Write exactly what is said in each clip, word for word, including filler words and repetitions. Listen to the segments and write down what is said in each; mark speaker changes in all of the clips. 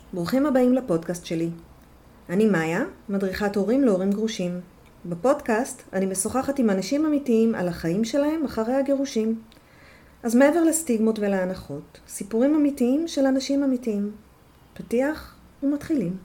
Speaker 1: ברוכים הבאים לפודקאסט שלי. אני מאיה, מדריכת הורים להורים גרושים. בפודקאסט אני משוחחת עם אנשים אמיתיים על החיים שלהם אחרי הגירושים. אז מעבר לסטיגמות ולהנחות, סיפורים אמיתיים של אנשים אמיתיים. פתיח ומתחילים.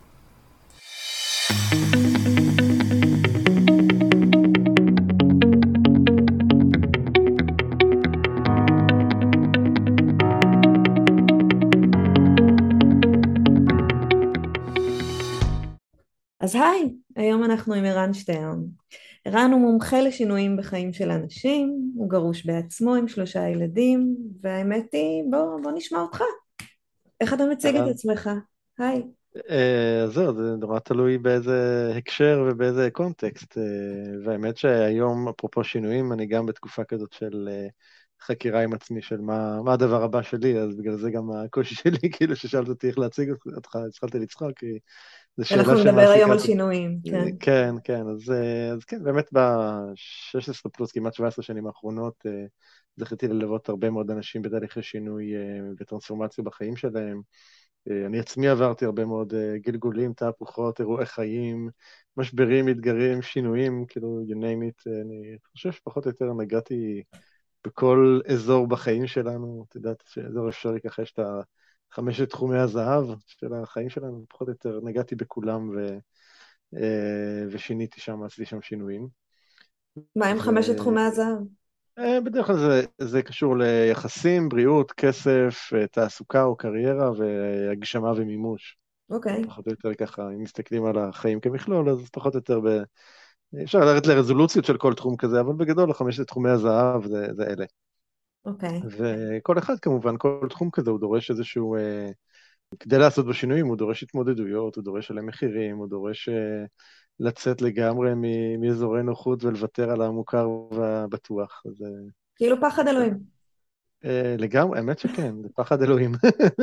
Speaker 1: אז היי, היום אנחנו עם ערן שטרן. ערן הוא מומחה לשינויים בחיים של אנשים, הוא גרוש בעצמו עם שלושה ילדים, והאמת היא, בוא, בוא נשמע אותך. איך אתה מציג את
Speaker 2: אהלן.
Speaker 1: עצמך? היי.
Speaker 2: אה, זהו, זה נורא תלוי באיזה הקשר ובאיזה קונטקסט. אה, והאמת שהיום, אפרופו שינויים, אני גם בתקופה כזאת של אה, חקירה עם עצמי של מה, מה הדבר הבא שלי, אז בגלל זה גם הקושי שלי, כאילו ששאלת אותי איך להציג אותך, התחלתי לצחוק, כי זו שאלה
Speaker 1: אנחנו נדבר היום
Speaker 2: שמעסיקה
Speaker 1: על
Speaker 2: אותי.
Speaker 1: שינויים, כן.
Speaker 2: כן, כן, אז, אה, אז כן, באמת ב-שש עשרה פלוס, כמעט שבע עשרה שנים האחרונות, אה, זכיתי ללוות הרבה מאוד אנשים בתהליכי שינוי אה, וטרנספורמציה בחיים שלהם. אה, אני עצמי עברתי הרבה מאוד אה, גלגולים, תהפוכות, אירועי חיים, משברים, אתגרים, שינויים, כאילו, you name it. אה, אני חושב שפחות או יותר נגעתי בכל אזור בחיים שלנו. את יודעת שאזור אפשרי ככה יש את חמשת תחומי הזהב של החיים שלנו, פחות או יותר נגעתי בכולם ו, אה, ושיניתי שם, עשיתי שם שינויים.
Speaker 1: מה עם חמשת תחומי הזהב?
Speaker 2: ובדרך כלל זה, זה קשור ליחסים, בריאות, כסף, אה, תעסוקה או קריירה והגשמה ומימוש.
Speaker 1: אוקיי,
Speaker 2: פחות או יותר ככה, אם מסתכלים על החיים כמכלול, אז פחות או יותר ב... אפשר לרדת לרזולוציות של כל תחום כזה, אבל בגדול החמשת תחומי הזהב זה, זה אלה.
Speaker 1: אוקיי.
Speaker 2: וכל אחד כמובן, כל תחום כזה הוא דורש איזשהו, אה, כדי לעשות בו שינויים, הוא דורש התמודדויות, הוא דורש עליהם מחירים, הוא דורש אה, לצאת לגמרי מ- מאזורי נוחות ולוותר על המוכר והבטוח. אז
Speaker 1: כאילו פחד
Speaker 2: אה,
Speaker 1: אלוהים.
Speaker 2: אה, לגמרי, האמת שכן, זה פחד אלוהים.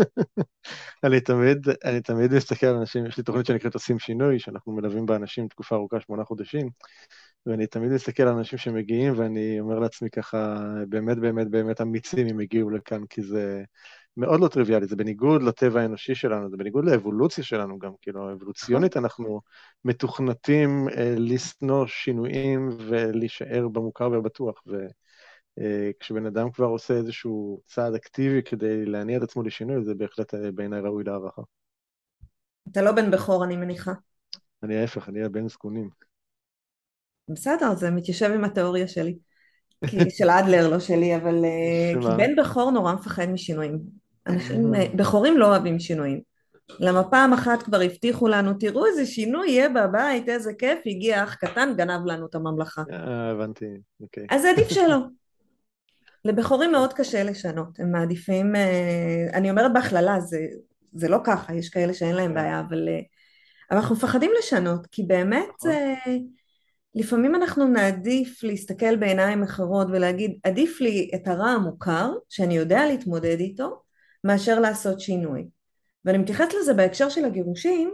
Speaker 2: אני תמיד, אני תמיד מסתכל על אנשים, יש לי תוכנית שנקראת עושים שינוי, שאנחנו מלווים באנשים תקופה ארוכה, שמונה חודשים, ואני תמיד מסתכל על אנשים שמגיעים, ואני אומר לעצמי ככה, באמת באמת באמת אמיצים אם הגיעו לכאן, כי זה מאוד לא טריוויאלי, זה בניגוד לטבע האנושי שלנו, זה בניגוד לאבולוציה שלנו גם, כאילו,
Speaker 1: נכון.
Speaker 2: אבולוציונית אנחנו מתוכנתים אה, לשנוא שינויים ולהישאר במוכר והבטוח, ו... אה, כשבן אדם כבר עושה איזשהו צעד אקטיבי כדי להניע את עצמו לשינוי, זה בהחלט אה, בעיניי ראוי להערכה.
Speaker 1: אתה לא בן בכור, אני מניחה.
Speaker 2: אני ההפך, אני הבן זקונים.
Speaker 1: בסדר, זה מתיישב עם התיאוריה שלי. כי של אדלר, לא שלי, אבל אה, כי
Speaker 2: שמה?
Speaker 1: בן בכור נורא מפחד משינויים. אנשים, אה, בכורים לא אוהבים שינויים. למה פעם אחת כבר הבטיחו לנו, תראו איזה שינוי יהיה בבית, איזה כיף, הגיע אח קטן, גנב לנו את הממלכה.
Speaker 2: אה, הבנתי, אוקיי.
Speaker 1: אז עדיף שלא. לבכורים מאוד קשה לשנות, הם מעדיפים, אה, אני אומרת בהכללה, זה, זה לא ככה, יש כאלה שאין להם
Speaker 2: כן,
Speaker 1: בעיה, אבל, אה, אבל אנחנו מפחדים לשנות, כי באמת
Speaker 2: נכון.
Speaker 1: אה, לפעמים אנחנו נעדיף להסתכל בעיניים אחרות ולהגיד, עדיף לי את הרע המוכר, שאני יודע להתמודד איתו, מאשר לעשות שינוי. ואני מתייחסת לזה בהקשר של הגירושים,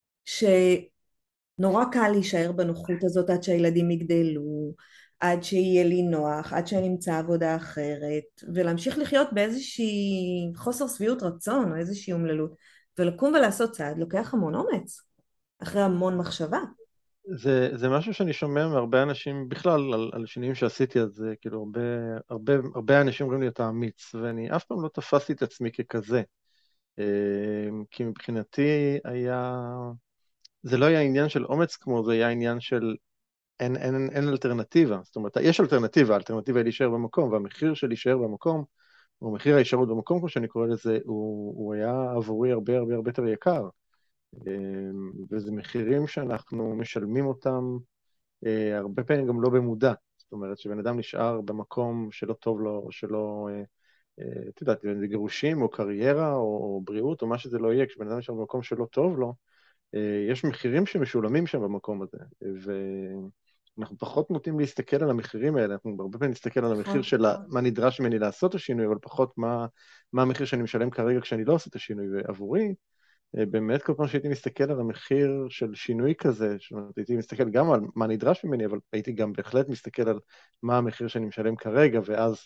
Speaker 1: שנורא קל להישאר בנוחות הזאת עד שהילדים יגדלו, עד שיהיה לי נוח, עד שאני אמצא עבודה אחרת, ולהמשיך לחיות באיזושהי חוסר שביעות רצון או איזושהי אומללות, ולקום ולעשות צעד לוקח המון אומץ, אחרי המון מחשבה.
Speaker 2: זה, זה משהו שאני שומע מהרבה אנשים בכלל על, על שינויים שעשיתי, אז זה כאילו הרבה, הרבה, הרבה אנשים אומרים לי אתה אמיץ, ואני אף פעם לא תפסתי את עצמי ככזה. אה, כי מבחינתי היה, זה לא היה עניין של אומץ כמו זה היה עניין של אין, אין, אין אלטרנטיבה. זאת אומרת, יש אלטרנטיבה, האלטרנטיבה היא להישאר במקום, והמחיר של להישאר במקום, או מחיר ההישארות במקום, כמו שאני קורא לזה, הוא, הוא היה עבורי הרבה הרבה הרבה יותר יקר. אמ, וזה מחירים שאנחנו משלמים אותם אה, הרבה פעמים גם לא במודע. זאת אומרת, שבן אדם נשאר במקום שלא טוב לו, או שלא, אה, אה, את יודעת, אם זה גירושים, או קריירה, או, או בריאות, או מה שזה לא יהיה, כשבן אדם נשאר במקום שלא טוב לו, אה, יש מחירים שמשולמים שם במקום הזה, ואנחנו פחות נוטים להסתכל על המחירים האלה, אנחנו הרבה פעמים נסתכל על המחיר
Speaker 1: נכון.
Speaker 2: של ה- מה נדרש ממני לעשות את השינוי, אבל פחות מה, מה המחיר שאני משלם כרגע כשאני לא עושה את השינוי, ועבורי, אה, באמת כל פעם שהייתי מסתכל על המחיר של שינוי כזה, זאת אומרת, הייתי מסתכל גם על מה נדרש ממני, אבל הייתי גם בהחלט מסתכל על מה המחיר שאני משלם כרגע, ואז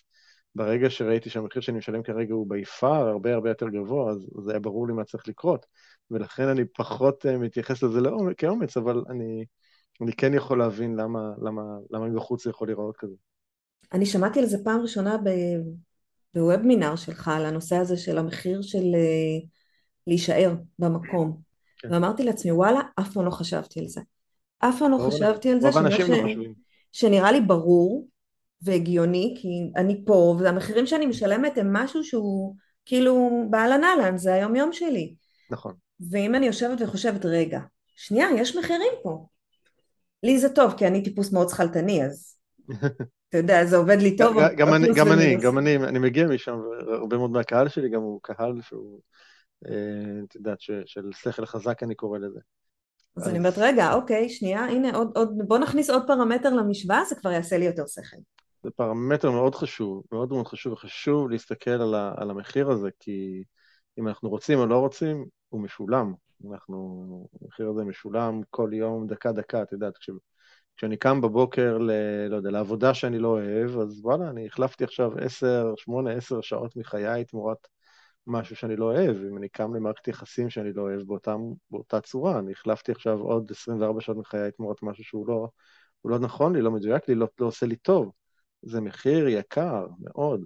Speaker 2: ברגע שראיתי שהמחיר שאני משלם כרגע הוא ביפר הרבה הרבה יותר גבוה, אז זה היה ברור לי מה צריך לקרות, ולכן אני פחות uh, מתייחס לזה לעומק, כאומץ, אבל אני, אני כן יכול להבין למה, למה, למה מבחוץ זה יכול להיראות כזה.
Speaker 1: אני שמעתי על זה פעם ראשונה ב... בוובמינר שלך, על הנושא הזה של המחיר של אה, להישאר במקום.
Speaker 2: כן.
Speaker 1: ואמרתי לעצמי, וואלה, אף פעם לא חשבתי על זה. אף פעם לא
Speaker 2: רוב, האנ-
Speaker 1: חשבתי על זה,
Speaker 2: רוב
Speaker 1: שמה ש...
Speaker 2: האנשים לא חושבים.
Speaker 1: שנראה לי ברור והגיוני, כי אני פה, והמחירים שאני משלמת הם משהו שהוא כאילו באהלן אהלן, זה היום יום שלי.
Speaker 2: נכון.
Speaker 1: ואם אני יושבת וחושבת, רגע, שנייה, יש מחירים פה. לי זה טוב, כי אני טיפוס מאוד שכלתני, אז אתה יודע, זה עובד לי טוב,
Speaker 2: ג- גם אני,
Speaker 1: הפלוס
Speaker 2: גם אני,
Speaker 1: ומינוס.
Speaker 2: גם אני, אני מגיע משם, והרבה מאוד מהקהל שלי גם הוא קהל שהוא, אה, את יודעת, ש- של שכל חזק אני קורא לזה.
Speaker 1: אז אני אומרת,
Speaker 2: אז
Speaker 1: רגע, אוקיי, שנייה, הנה עוד, עוד, בוא נכניס עוד פרמטר למשוואה, זה כבר יעשה לי יותר שכל.
Speaker 2: זה פרמטר מאוד חשוב, מאוד מאוד חשוב, וחשוב להסתכל על, ה, על המחיר הזה, כי אם אנחנו רוצים או לא רוצים, הוא משולם. אנחנו, המחיר הזה משולם כל יום, דקה דקה, את יודעת, כש, כשאני קם בבוקר ל, לא יודע, לעבודה שאני לא אוהב, אז וואלה, אני החלפתי עכשיו עשר, שמונה, עשר שעות מחיי תמורת משהו שאני לא אוהב. אם אני קם למערכת יחסים שאני לא אוהב באותם, באותה צורה, אני החלפתי עכשיו עוד עשרים וארבע שעות מחיי תמורת משהו שהוא לא, הוא לא נכון לי, לא מדויק לי, לא, לא עושה לי טוב. זה מחיר יקר מאוד.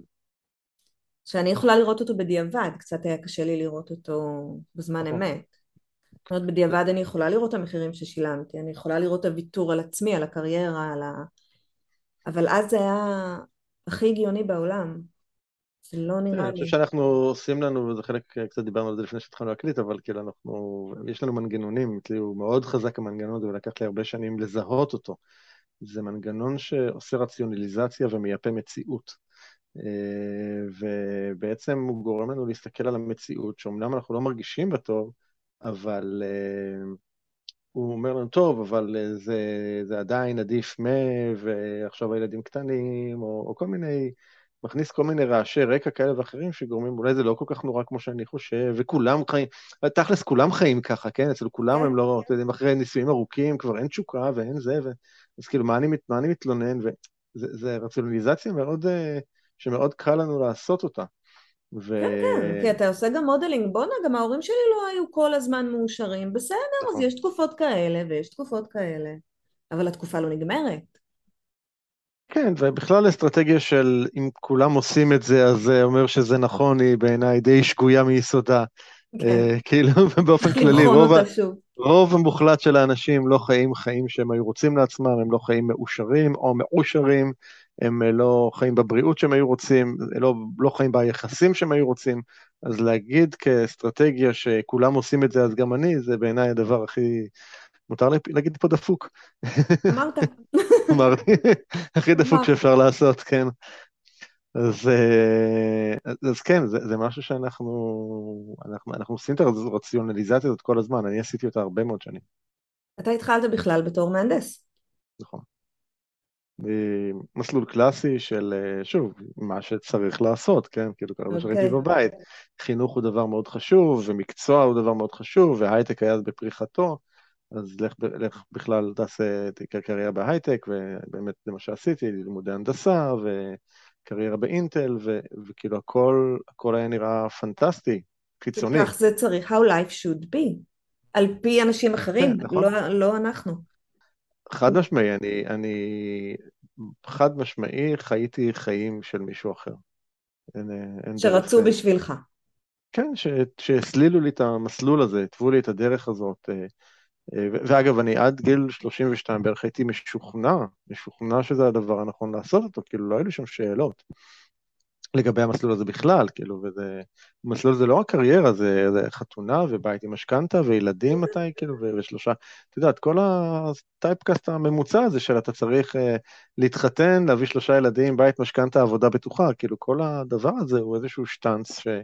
Speaker 1: שאני יכולה לראות אותו בדיעבד, קצת היה קשה לי לראות אותו בזמן
Speaker 2: נכון.
Speaker 1: אמת. זאת אומרת, בדיעבד אני יכולה לראות את המחירים ששילמתי, אני יכולה לראות את הוויתור על עצמי, על הקריירה, על ה... אבל אז זה היה הכי הגיוני בעולם. זה לא
Speaker 2: תראה,
Speaker 1: נראה
Speaker 2: אני חושב
Speaker 1: לי.
Speaker 2: שאנחנו עושים לנו, וזה חלק, קצת דיברנו על זה לפני שהתחלנו להקליט, אבל כאילו אנחנו, יש לנו מנגנונים, כאילו מאוד חזק המנגנון הזה, ולקח לי הרבה שנים לזהות אותו. זה מנגנון שעושה רציונליזציה ומייפה מציאות. אה, ובעצם הוא גורם לנו להסתכל על המציאות, שאומנם אנחנו לא מרגישים בה טוב, אבל אה, הוא אומר לנו, טוב, אבל אה, זה, זה עדיין עדיף מ... ועכשיו הילדים קטנים, או, או כל מיני, מכניס כל מיני רעשי רקע כאלה ואחרים שגורמים, אולי זה לא כל כך נורא כמו שאני חושב, וכולם חיים, תכלס כולם חיים ככה, כן? אצל כולם
Speaker 1: כן,
Speaker 2: הם לא, אתם יודעים, אחרי נישואים ארוכים כבר אין תשוקה ואין זה, ו... אז כאילו, מה אני, מת- מה אני מתלונן? וזה זה רציונליזציה מאוד, אה, שמאוד קל לנו לעשות אותה. ו...
Speaker 1: כן, כן, כי אתה עושה גם מודלינג, בואנה, גם ההורים שלי לא היו כל הזמן מאושרים, בסדר, אז
Speaker 2: נכון.
Speaker 1: יש תקופות כאלה ויש תקופות כאלה, אבל התקופה לא נגמרת.
Speaker 2: כן, ובכלל אסטרטגיה של אם כולם עושים את זה, אז זה אומר שזה נכון, היא בעיניי די שגויה מיסודה.
Speaker 1: כן,
Speaker 2: אה, כאילו, באופן
Speaker 1: צריך
Speaker 2: כללי,
Speaker 1: לבחון
Speaker 2: רוב, ה-
Speaker 1: אותה שוב.
Speaker 2: רוב המוחלט של האנשים לא חיים חיים שהם היו רוצים לעצמם, הם לא חיים מאושרים או מאושרים, הם אה, לא חיים בבריאות שהם היו רוצים, לא, לא חיים ביחסים שהם היו רוצים, אז להגיד כאסטרטגיה שכולם עושים את זה, אז גם אני, זה בעיניי הדבר הכי, מותר לי להגיד פה דפוק,
Speaker 1: אמרת,
Speaker 2: אמרתי, הכי דפוק
Speaker 1: אמרת.
Speaker 2: שאפשר לעשות, כן. אז, אה, אז אז כן, זה, זה משהו שאנחנו אנחנו, אנחנו עושים את הרציונליזציה הזאת כל הזמן, אני עשיתי אותה הרבה מאוד שנים,
Speaker 1: אתה התחלת בכלל בתור מהנדס.
Speaker 2: נכון. אה, מסלול קלאסי של, אה, שוב, מה שצריך לעשות, כן? כאילו, כמה שראיתי
Speaker 1: אוקיי.
Speaker 2: בבית, חינוך הוא דבר מאוד חשוב, ומקצוע הוא דבר מאוד חשוב, והייטק היה אז בפריחתו, אז לך, ב- לך בכלל תעשה את הקריירה בהייטק, ובאמת זה מה שעשיתי, לימודי הנדסה, וקריירה באינטל, ו, וכאילו הכל, הכל היה נראה פנטסטי,
Speaker 1: כי
Speaker 2: קיצוני.
Speaker 1: כך זה צריך, how life should be, על פי אנשים אחרים,
Speaker 2: כן, נכון?
Speaker 1: לא, לא אנחנו.
Speaker 2: חד משמעי, אני, אני חד משמעי חייתי חיים של מישהו אחר. אין, אין דרך,
Speaker 1: שרצו בשבילך.
Speaker 2: כן, ש, שהסלילו לי את המסלול הזה, התוו לי את הדרך הזאת. אה, אה, ו- ואגב, אני עד גיל שלושים ושתיים בערך הייתי משוכנע, משוכנע שזה הדבר הנכון לעשות אותו, כאילו לא היו לי שם שאלות לגבי המסלול הזה בכלל, כאילו, וזה, המסלול הזה לא רק קריירה, זה, זה חתונה ובית עם משכנתה וילדים מתי, כאילו, ו- ושלושה, את יודעת, כל הטייפקאסט הממוצע הזה של אתה צריך אה, להתחתן, להביא שלושה ילדים, בית, משכנתה, עבודה בטוחה, כאילו, כל הדבר הזה הוא איזשהו שטנץ ש...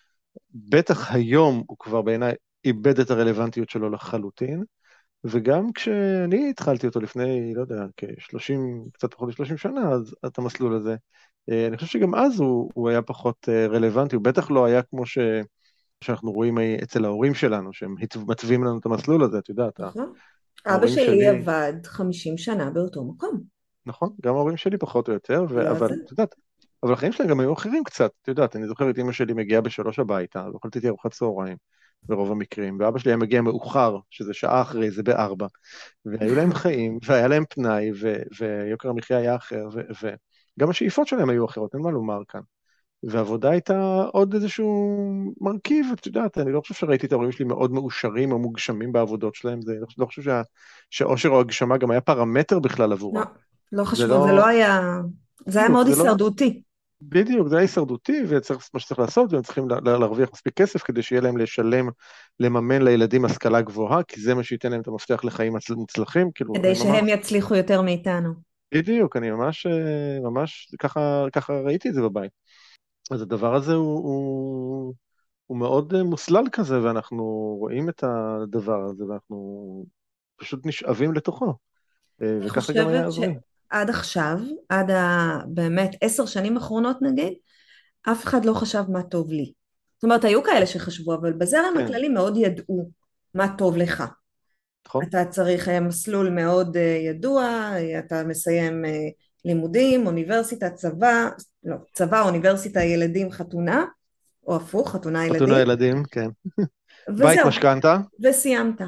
Speaker 2: בטח היום הוא כבר בעיניי איבד את הרלוונטיות שלו לחלוטין, וגם כשאני התחלתי אותו לפני, לא יודע, כ-שלושים, קצת פחות מ-שלושים שנה, אז את המסלול הזה, אה, אני חושב שגם אז הוא, הוא היה פחות אה, רלוונטי, הוא בטח לא היה כמו ש... שאנחנו רואים אה, אצל ההורים שלנו, שהם מתווים לנו את המסלול הזה, את יודעת,
Speaker 1: נכון. אבא
Speaker 2: ההורים
Speaker 1: שלי
Speaker 2: שלי,
Speaker 1: עבד חמישים שנה באותו מקום.
Speaker 2: נכון, גם ההורים שלי פחות או יותר, ו...
Speaker 1: לא
Speaker 2: אבל
Speaker 1: זה.
Speaker 2: את יודעת, אבל החיים שלהם גם היו אחרים קצת, את יודעת, אני זוכר את אמא שלי מגיעה בשלוש הביתה, ואוכלת איתי ארוחת צהריים, ברוב המקרים, ואבא שלי היה מגיע מאוחר, שזה שעה אחרי זה בארבע, והיו להם חיים, והיה להם פנאי, ו- ויוקר המחיה היה אחר, ו- וגם השאיפות שלהם היו אחרות, אין מה לומר כאן. ועבודה הייתה עוד איזשהו מרכיב, את יודעת, אני לא חושב שראיתי את ההורים שלי מאוד מאושרים או מוגשמים בעבודות שלהם, זה, לא חושב שה, שהאושר או הגשמה גם היה פרמטר בכלל
Speaker 1: לא,
Speaker 2: עבורם.
Speaker 1: לא
Speaker 2: זה
Speaker 1: חשבו, זה לא
Speaker 2: לא,
Speaker 1: היה, זה היה
Speaker 2: בדיוק,
Speaker 1: מאוד
Speaker 2: זה לא,
Speaker 1: הישרדותי.
Speaker 2: בדיוק, זה היה הישרדותי, וצריך מה שצריך לעשות, והם צריכים לה- לה- להרוויח מספיק כסף כדי שיהיה להם לשלם, לממן לילדים השכלה גבוהה, כי זה מה שייתן להם את המפתח לחיים מצל- מוצלחים, כאילו, אני
Speaker 1: כדי שהם
Speaker 2: ממש,
Speaker 1: יצליחו יותר מאיתנו.
Speaker 2: בדיוק, אני ממש, אה, ממש, ככה, ככה ראיתי את זה בבית. אז הדבר הזה הוא, הוא, הוא מאוד אה, מוסלל כזה, ואנחנו רואים את הדבר הזה, ואנחנו פשוט נשאבים לתוכו, אה,
Speaker 1: אני
Speaker 2: וככה גם היה
Speaker 1: חושבת
Speaker 2: עבורי.
Speaker 1: שעד עכשיו, עד ה... באמת עשר שנים אחרונות נגיד, אף אחד לא חשב מה טוב לי. זאת אומרת, היו כאלה שחשבו, אבל בזרם
Speaker 2: כן,
Speaker 1: הכללי מאוד ידעו מה טוב לך.
Speaker 2: נכון?
Speaker 1: אתה צריך אה, מסלול מאוד אה, ידוע, אה, אתה מסיים אה, לימודים, אוניברסיטה, צבא, לא, צבא, אוניברסיטה, ילדים, חתונה, או הפוך, חתונה,
Speaker 2: חתונה
Speaker 1: ילדים,
Speaker 2: ילדים, כן. בית
Speaker 1: וזהו,
Speaker 2: משכנתה,
Speaker 1: וסיימת.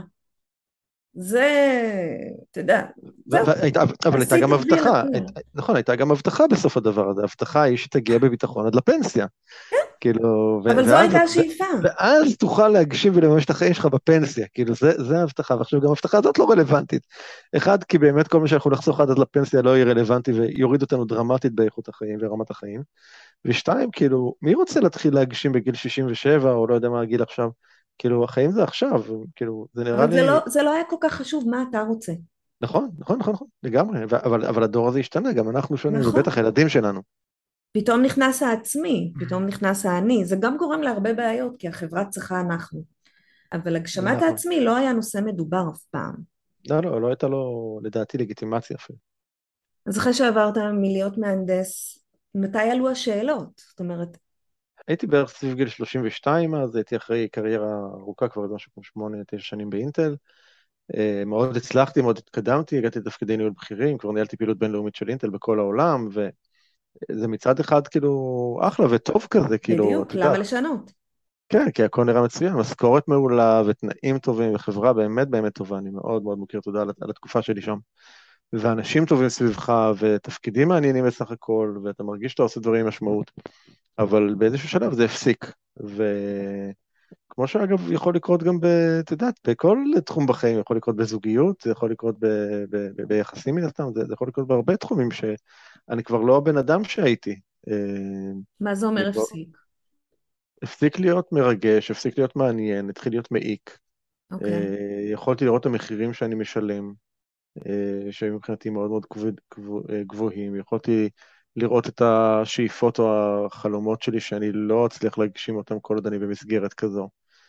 Speaker 1: זה, אתה יודע,
Speaker 2: ו-
Speaker 1: זהו,
Speaker 2: והייתה- אבל הייתה
Speaker 1: עשית
Speaker 2: גם
Speaker 1: וי על
Speaker 2: הבטחה,
Speaker 1: הכל.
Speaker 2: הי- נכון, הייתה גם הבטחה בסוף הדבר הזה, ההבטחה היא שתגיע בביטחון עד לפנסיה. כאילו, ו-
Speaker 1: אבל זו
Speaker 2: ואז,
Speaker 1: הייתה
Speaker 2: את- ו-
Speaker 1: השאיפה.
Speaker 2: ואז תוכל להגשים ולממש את החיים שלך בפנסיה, כאילו, זה, זה ההבטחה, ועכשיו גם ההבטחה הזאת לא רלוונטית. אחד, כי באמת כל מה שאנחנו נחסוך עד עד לפנסיה לא יהיה רלוונטי ויוריד אותנו דרמטית באיכות החיים ורמת החיים. ושתיים, כאילו, מי רוצה להתחיל להגשים בגיל שישים ושבע, או לא יודע מה הגיל עכשיו? כאילו, החיים זה עכשיו, כאילו, זה נראה
Speaker 1: אבל זה
Speaker 2: לי,
Speaker 1: לא, זה לא היה כל כך חשוב מה אתה רוצה.
Speaker 2: נכון, נכון, נכון, נכון, לגמרי, ו- אבל, אבל הדור הזה השתנה, גם אנחנו שונים,
Speaker 1: נכון.
Speaker 2: ובטח הילדים שלנו.
Speaker 1: פתאום נכנס העצמי, פתאום נכנס האני. זה גם גורם להרבה בעיות, כי החברה צריכה אנחנו. אבל
Speaker 2: זה
Speaker 1: הגשמת
Speaker 2: נכון.
Speaker 1: העצמי לא היה נושא מדובר אף פעם.
Speaker 2: לא, לא, לא הייתה לו, לדעתי, לגיטימציה אפילו.
Speaker 1: אז אחרי שעברת מלהיות מהנדס, מתי עלו השאלות? זאת אומרת,
Speaker 2: הייתי בערך סביב גיל שלושים ושתיים, אז הייתי אחרי קריירה ארוכה, כבר משהו כמו שמונה, תשע שנים באינטל. אה, מאוד הצלחתי, מאוד התקדמתי, הגעתי לתפקידי ניהול בכירים, כבר ניהלתי פעילות בינלאומית של אינטל בכל העולם, וזה מצד אחד כאילו אחלה וטוב כזה, כאילו, את
Speaker 1: בדיוק, למה
Speaker 2: יודעת,
Speaker 1: לשנות?
Speaker 2: כן, כי הכל נראה מצוין, משכורת מעולה ותנאים טובים וחברה באמת באמת טובה, אני מאוד מאוד מכיר תודה על, על התקופה שלי שם. ואנשים טובים סביבך, ותפקידים מעניינים בסך הכל, ואתה מרגיש שאתה עושה דברים עם משמעות, אבל באיזשהו שלב זה הפסיק. וכמו שאגב יכול לקרות גם, ב, את יודעת, בכל תחום בחיים, יכול לקרות בזוגיות, זה יכול לקרות ב, ב, ב, ביחסים מן הסתם, זה, זה יכול לקרות בהרבה תחומים שאני כבר לא הבן אדם שהייתי. אה,
Speaker 1: מה זה
Speaker 2: אני
Speaker 1: אומר
Speaker 2: כבר
Speaker 1: הפסיק?
Speaker 2: הפסיק להיות מרגש, הפסיק להיות מעניין, התחיל להיות מעיק.
Speaker 1: אוקיי.
Speaker 2: אה, יכולתי לראות את המחירים שאני משלם, אה, שהיו מבחינתי מאוד מאוד גבוה- גבוה- אה, גבוהים. יכולתי לראות את השאיפות או החלומות שלי שאני לא אצליח להגשים אותם כל עוד אני במסגרת כזו.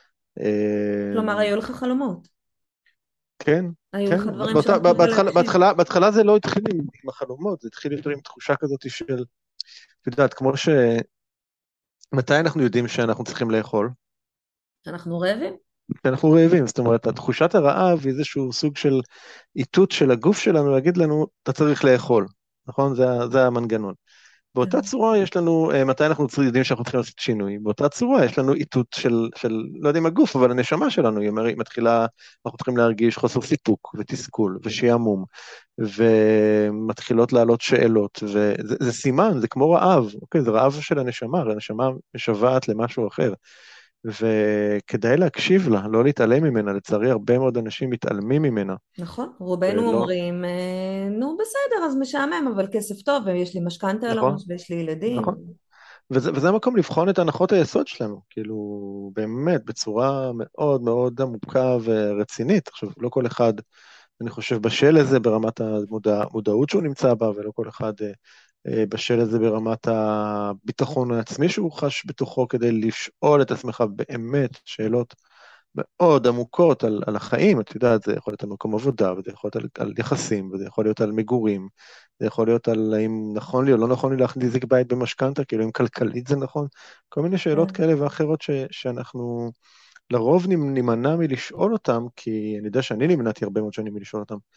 Speaker 2: אה,
Speaker 1: כלומר, היו לך חלומות.
Speaker 2: כן,
Speaker 1: היו
Speaker 2: כן.
Speaker 1: לך דברים
Speaker 2: באותה-
Speaker 1: שנתנו לך
Speaker 2: בהתחלה,
Speaker 1: להגשים.
Speaker 2: בהתחלה, בהתחלה זה לא התחיל עם, עם החלומות, זה התחיל יותר עם תחושה כזאת של, את יודעת, כמו ש... מתי אנחנו יודעים שאנחנו צריכים לאכול?
Speaker 1: אנחנו רעבים?
Speaker 2: אנחנו רעבים, זאת אומרת, תחושת הרעב היא איזשהו סוג של איתות של הגוף שלנו להגיד לנו, אתה צריך לאכול, נכון? זה, ה- זה המנגנון. באותה
Speaker 1: כן.
Speaker 2: צורה יש לנו, אה, מתי אנחנו צריכים- יודעים שאנחנו צריכים לעשות שינוי, באותה צורה יש לנו איתות של, של, לא יודע אם הגוף, אבל הנשמה שלנו, היא אומרת, היא מתחילה, אנחנו צריכים להרגיש חוסר סיפוק ותסכול ושעמום, ומתחילות לעלות שאלות, וזה זה סימן, זה כמו רעב, אוקיי, זה רעב של הנשמה, הרי הנשמה משוועת למשהו אחר. וכדאי להקשיב לה, לא להתעלם ממנה, לצערי הרבה מאוד אנשים מתעלמים ממנה,
Speaker 1: נכון, רובנו
Speaker 2: ולא,
Speaker 1: אומרים, אה, נו בסדר, אז משעמם, אבל כסף טוב, ויש לי משכנתה על
Speaker 2: נכון,
Speaker 1: הראש, ויש לי ילדים.
Speaker 2: נכון, וזה, וזה המקום לבחון את הנחות היסוד שלנו, כאילו באמת בצורה מאוד מאוד עמוקה ורצינית. עכשיו, לא כל אחד, אני חושב, בשל לזה ברמת המודע, המודעות שהוא נמצא בה, ולא כל אחד אה, אה, בשל לזה ברמת הביטחון העצמי שהוא חש בתוכו, כדי לשאול את עצמך באמת שאלות מאוד עמוקות על, על החיים. את יודעת, זה יכול להיות על מקום עבודה, וזה יכול להיות על, על יחסים, וזה יכול להיות על מגורים, זה יכול להיות על האם נכון לי או לא נכון לי להחזיק בית במשכנתה, כאילו אם כלכלית זה נכון, כל מיני שאלות
Speaker 1: כן.
Speaker 2: כאלה ואחרות ש, שאנחנו לרוב נימנע מלשאול אותם, כי אני יודע שאני נמנעתי הרבה מאוד שנים מלשאול אותם,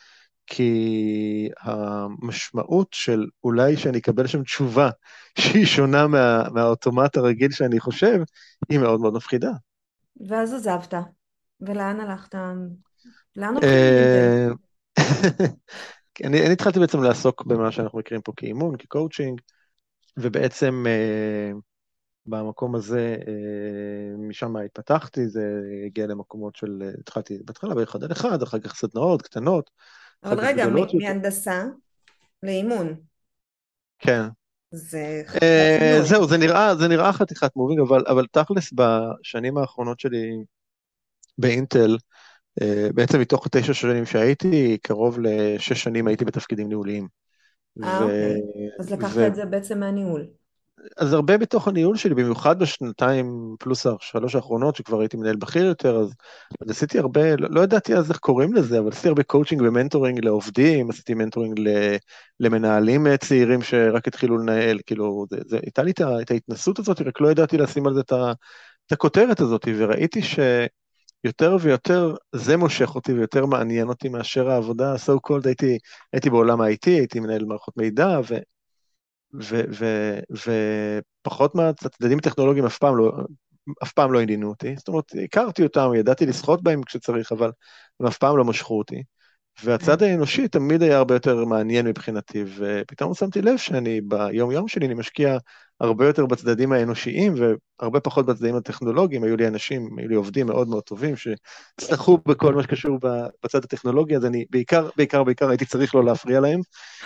Speaker 2: כי המשמעות של אולי שאני אקבל שם תשובה שהיא שונה מה, מהאוטומט הרגיל שאני חושב, היא מאוד מאוד מפחידה.
Speaker 1: ואז עזבת. ולאן הלכת? לאן הולכים מאינטל?
Speaker 2: אה, אני, אני התחלתי בעצם לעסוק במה שאנחנו מכירים פה כאימון, כקואוצ'ינג, ובעצם אה, במקום הזה, אה, משם התפתחתי, זה הגיע למקומות של, אה, התחלתי בהתחלה באחד על אחד, אחר כך סדנאות קטנות, אחר
Speaker 1: אבל
Speaker 2: כך
Speaker 1: רגע,
Speaker 2: גדולות
Speaker 1: מ-
Speaker 2: יותר.
Speaker 1: מהנדסה לאימון.
Speaker 2: כן.
Speaker 1: זה חתיכת
Speaker 2: אה,
Speaker 1: שינוי.
Speaker 2: זהו, זה נראה, זה נראה חתיכת מובינג, אבל, אבל תכלס בשנים האחרונות שלי באינטל, אה, בעצם מתוך התשע שנים שהייתי, קרוב לשש שנים הייתי בתפקידים ניהוליים.
Speaker 1: אה,
Speaker 2: ו,
Speaker 1: אוקיי. אז לקחת
Speaker 2: ו,
Speaker 1: את זה בעצם מהניהול.
Speaker 2: אז הרבה בתוך הניהול שלי, במיוחד בשנתיים פלוס השלוש האחרונות, שכבר הייתי מנהל בכיר יותר, אז, אז עשיתי הרבה, לא, לא ידעתי אז איך קוראים לזה, אבל עשיתי הרבה קואוצ'ינג ומנטורינג לעובדים, עשיתי מנטורינג ל, למנהלים אה, צעירים שרק התחילו לנהל, כאילו, זה, זה, הייתה לי את, ה- את ההתנסות הזאת, רק לא ידעתי לשים על זה את, ה, את הכותרת הזאת, וראיתי שיותר ויותר זה מושך אותי ויותר מעניין אותי מאשר העבודה, so called, הייתי, הייתי בעולם ה-איי טי, הייתי מנהל מערכות מידע, ו... ופחות מהצדדים הטכנולוגיים אף פעם לא, אף פעם לא עניינו אותי, זאת אומרת, הכרתי אותם, ידעתי לשחות בהם כשצריך, אבל הם אף פעם לא משכו אותי,
Speaker 1: כן.
Speaker 2: והצד האנושי תמיד היה הרבה יותר מעניין מבחינתי, ופתאום שמתי לב שאני ביום יום שלי, אני משקיע הרבה יותר בצדדים האנושיים, והרבה פחות בצדדים הטכנולוגיים, היו לי אנשים, היו לי עובדים מאוד מאוד טובים, שהצלחו בכל מה שקשור בצד הטכנולוגי, אז אני בעיקר, בעיקר, בעיקר הייתי צריך לא להפריע להם,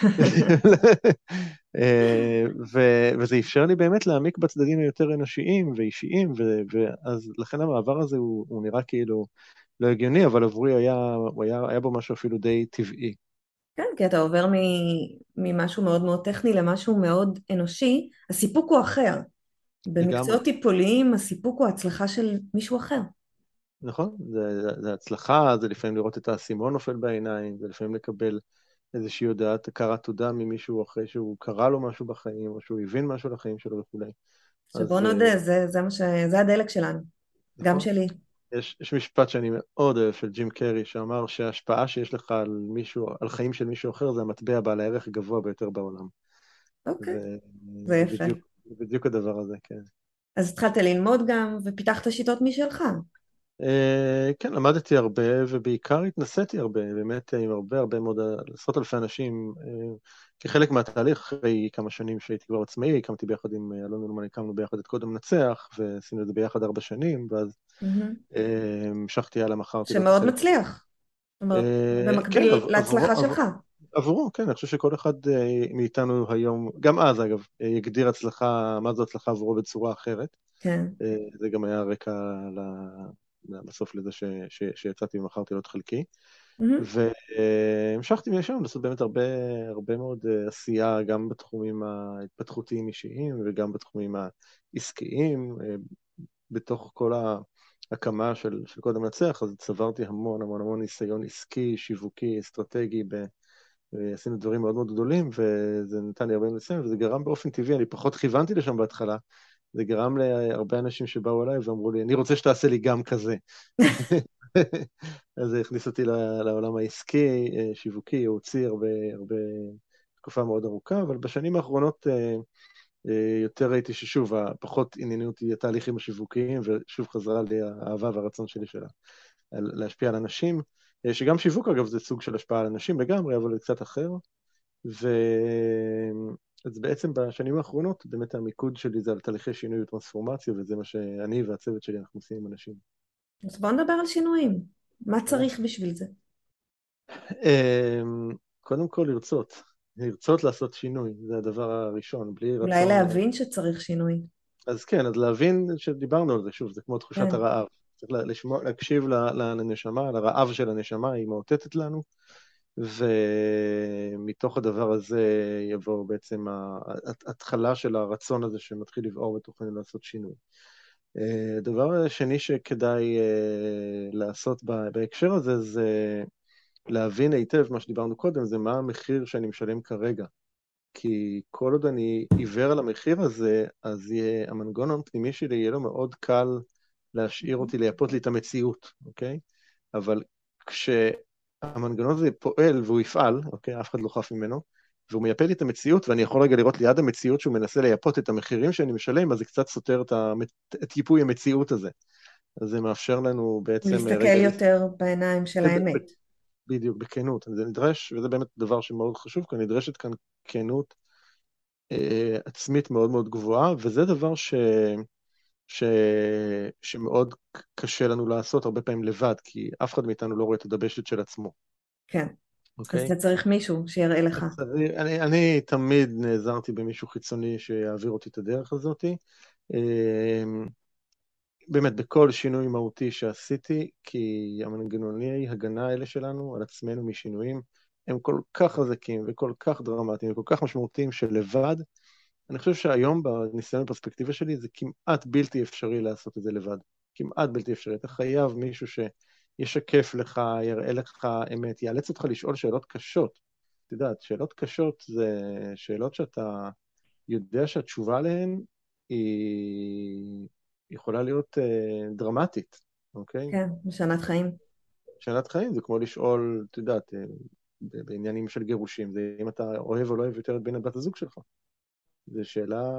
Speaker 2: אה, ו- וזה אפשר לי באמת להעמיק בצדדים היותר אנושיים ואישיים, ו- ואז לכן המעבר הזה הוא, הוא נראה כאילו לא הגיוני, אבל עבורי היה, הוא היה, היה בו משהו אפילו די טבעי.
Speaker 1: כן, כי אתה עובר מ- ממשהו מאוד מאוד טכני למשהו מאוד אנושי, הסיפוק הוא אחר.
Speaker 2: לגמרי.
Speaker 1: במקצועות טיפוליים הסיפוק הוא הצלחה של מישהו אחר.
Speaker 2: נכון? זה, זה, זה הצלחה, זה לפעמים לראות את האסימון נופל בעיניים, זה לפעמים לקבל איזושהי הודעת הכרת תודה ממישהו אחרי שהוא קרא לו משהו בחיים, או שהוא הבין משהו לחיים שלו וכולי.
Speaker 1: שבוא
Speaker 2: אז אה,
Speaker 1: נודה, זה, זה מה ש... זה הדלק שלנו, גם
Speaker 2: נכון.
Speaker 1: שלי.
Speaker 2: יש, יש משפט שאני מאוד אוהב של ג'ים קרי, שאמר שההשפעה שיש לך על מישהו, על חיים של מישהו אחר, זה המטבע בעל הערך הגבוה ביותר בעולם.
Speaker 1: אוקיי, זה
Speaker 2: וזה
Speaker 1: יפה.
Speaker 2: בדיוק, זה בדיוק הדבר הזה, כן.
Speaker 1: אז התחלת ללמוד גם ופיתחת שיטות משלך.
Speaker 2: אה, כן, למדתי הרבה, ובעיקר התנסיתי הרבה, באמת עם הרבה הרבה מאוד, עשרות אלפי אנשים, אה, כחלק מהתהליך, אחרי כמה שנים שהייתי כבר עצמאי, הקמתי ביחד עם אה, אלון אולמן, הקמנו ביחד את קוד המנצח, ועשינו את זה ביחד ארבע שנים, ואז
Speaker 1: מהמם.
Speaker 2: אה, המשכתי הלאה, מכרתי לו את
Speaker 1: שמאוד
Speaker 2: החלק.
Speaker 1: מצליח. זאת אומרת,
Speaker 2: אה, כן,
Speaker 1: במקביל
Speaker 2: עב- עבורו,
Speaker 1: להצלחה
Speaker 2: עב-
Speaker 1: שלך.
Speaker 2: עבורו, כן, אני חושב שכל אחד אה, מאיתנו היום, גם אז אגב, אה, יגדיר הצלחה, מה זו הצלחה עבורו בצורה אחרת.
Speaker 1: כן.
Speaker 2: אה, זה גם היה הרקע ל- ל- בסוף לזה ש- ש- שיצאתי ומכרתי לו את חלקי.
Speaker 1: מהמם.
Speaker 2: והמשכתי משם לעשות באמת הרבה, הרבה מאוד אה, עשייה, גם בתחומים ההתפתחותיים אישיים וגם בתחומים העסקיים. אה, בתוך כל ההקמה של, של קוד המנצח, אז צברתי המון המון המון ניסיון עסקי, שיווקי, אסטרטגי, ב, עשינו דברים מאוד מאוד גדולים, וזה נתן לי הרבה ניסיון, וזה גרם באופן טבעי, אני פחות כיוונתי לשם בהתחלה, זה גרם להרבה אנשים שבאו אליי ואמרו לי, אני רוצה שתעשה לי גם כזה. אז זה הכניס אותי לעולם העסקי, אה, שיווקי, ייעוצי, הרבה, הרבה, תקופה מאוד ארוכה, אבל בשנים האחרונות אה, אה, יותר ראיתי ששוב, פחות עניינו אותי התהליכים השיווקיים, ושוב חזרה לי האהבה והרצון שלי שלה להשפיע על אנשים, אה, שגם שיווק אגב זה סוג של השפעה על אנשים לגמרי, אבל זה קצת אחר. ו... אז בעצם בשנים האחרונות, באמת המיקוד שלי זה על תהליכי שינוי וטרנספורמציה, וזה מה שאני והצוות שלי אנחנו עושים עם אנשים.
Speaker 1: אז בוא נדבר על שינויים. מה
Speaker 2: יאללה.
Speaker 1: צריך בשביל זה?
Speaker 2: אמ, קודם כל לרצות, לרצות לעשות שינוי, זה הדבר הראשון, בלי
Speaker 1: אולי
Speaker 2: רצון.
Speaker 1: להבין שצריך שינוי.
Speaker 2: אז כן, אז להבין שדיברנו על זה, שוב, זה כמו תחושת
Speaker 1: כן.
Speaker 2: הרעב. צריך לשמוע, להקשיב ל- לנשמה, לרעב של הנשמה, היא מאותתת לנו, ומתוך הדבר הזה יבוא בעצם ההתחלה של הרצון הזה שמתחיל לבעור בתוכנו לעשות שינוי. דבר שני שכדאי אה, לעשות ב- בהקשר הזה, זה להבין היטב מה שדיברנו קודם, זה מה המחיר שאני משלם כרגע. כי כל עוד אני עיוור על המחיר הזה, אז יהיה, המנגנון הפנימי שלי יהיה לו מאוד קל להשאיר אותי, לייפות לי את המציאות, אוקיי? אבל כש, המנגנון הזה פועל והוא יפעל, אוקיי, אף אחד לא חף ממנו, והוא מייפה לי את המציאות, ואני יכול רגע לראות ליד המציאות שהוא מנסה לייפות את המחירים שאני משלם, אז זה קצת סותר את, המת... את ייפוי המציאות הזה. אז זה מאפשר לנו בעצם
Speaker 1: להסתכל
Speaker 2: רגע,
Speaker 1: יותר בעיניים של
Speaker 2: ב... ב...
Speaker 1: האמת.
Speaker 2: בדיוק, בכנות. זה נדרש, וזה באמת דבר שמאוד חשוב, כי נדרשת כאן כנות אה, עצמית מאוד מאוד גבוהה, וזה דבר ש... ש... שמאוד קשה לנו לעשות הרבה פעמים לבד, כי אף אחד מאיתנו לא רואה את הדבשת של עצמו,
Speaker 1: כן. אז
Speaker 2: אוקיי?
Speaker 1: אתה צריך מישהו שיראה לך.
Speaker 2: אז אני, אני, אני תמיד נעזרתי במישהו חיצוני שיעביר אותי את הדרך הזאת. אמ, באמת, בכל שינוי מהותי שעשיתי, כי המנגנוני הגנה האלה שלנו על עצמנו משינויים, הם כל כך חזקים וכל כך דרמטיים וכל כך משמעותיים שלבד, אני חושב שהיום בניסיון בפרספקטיבה שלי זה כמעט בלתי אפשרי לעשות את זה לבד. כמעט בלתי אפשרי. אתה חייב מישהו שישקף לך, יראה לך אמת, יאלץ אותך לשאול שאלות קשות. את יודעת, שאלות קשות זה שאלות שאתה יודע שהתשובה עליהן היא יכולה להיות uh, דרמטית, אוקיי?
Speaker 1: כן, משנת חיים.
Speaker 2: שאלת חיים זה כמו לשאול, את יודעת, uh, בעניינים של גירושים, זה אם אתה אוהב או לא אוהב יותר את בן בת הזוג שלך. זו שאלה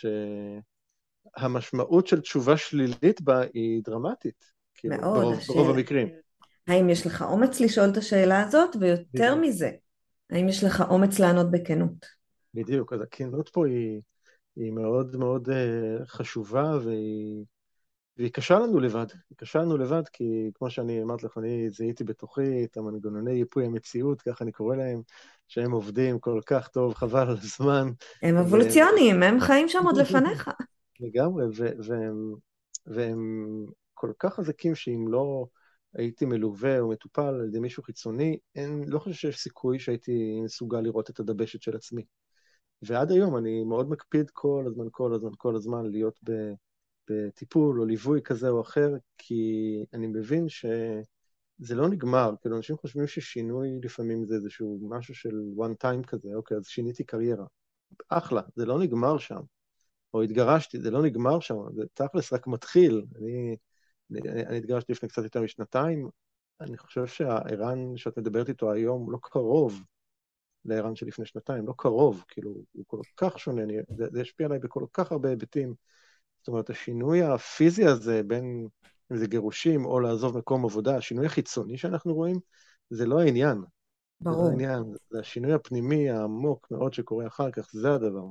Speaker 2: שהמשמעות של תשובה שלילית בה היא דרמטית, כאילו,
Speaker 1: מאוד.
Speaker 2: ברוב, ברוב
Speaker 1: השאלה,
Speaker 2: המקרים.
Speaker 1: האם יש לך אומץ לשאול את השאלה הזאת, ויותר
Speaker 2: בדיוק.
Speaker 1: מזה, האם יש לך אומץ לענות בכנות?
Speaker 2: בדיוק, אז הכנות פה היא, היא מאוד מאוד uh, חשובה, והיא, והיא קשה לנו לבד. היא קשה לנו לבד, כי כמו שאני אמרת לך, אני זיהיתי בתוכי את המנגנוני ייפוי המציאות, ככה אני קורא להם, שהם עובדים כל כך טוב, חבל על הזמן.
Speaker 1: הם
Speaker 2: והם
Speaker 1: אבולוציוניים, הם חיים שם עוד לפניך.
Speaker 2: לגמרי, ו- והם, והם כל כך חזקים שאם לא הייתי מלווה או מטופל על ידי מישהו חיצוני, אין, לא חושב שיש סיכוי שהייתי מסוגל לראות את הדבשת של עצמי. ועד היום אני מאוד מקפיד כל הזמן, כל הזמן, כל הזמן להיות ב- בטיפול או ליווי כזה או אחר, כי אני מבין שזה לא נגמר, כאילו אנשים חושבים ששינוי לפעמים זה איזשהו משהו של one time כזה, אוקיי, אז שיניתי קריירה. אחלה, זה לא נגמר שם. או התגרשתי, זה לא נגמר שם, זה תכלס רק מתחיל. אני, אני, אני התגרשתי לפני קצת יותר משנתיים, אני חושב שהערן שאת מדברת איתו היום הוא לא קרוב לערן של לפני שנתיים, לא קרוב, כאילו, הוא כל כך שונה, אני, זה, זה השפיע עליי בכל כך הרבה היבטים. זאת אומרת, השינוי הפיזי הזה, בין אם זה גירושים או לעזוב מקום עבודה, השינוי החיצוני שאנחנו רואים, זה לא העניין. זה לא
Speaker 1: ברור.
Speaker 2: העניין, זה השינוי הפנימי העמוק מאוד שקורה אחר כך, זה הדבר.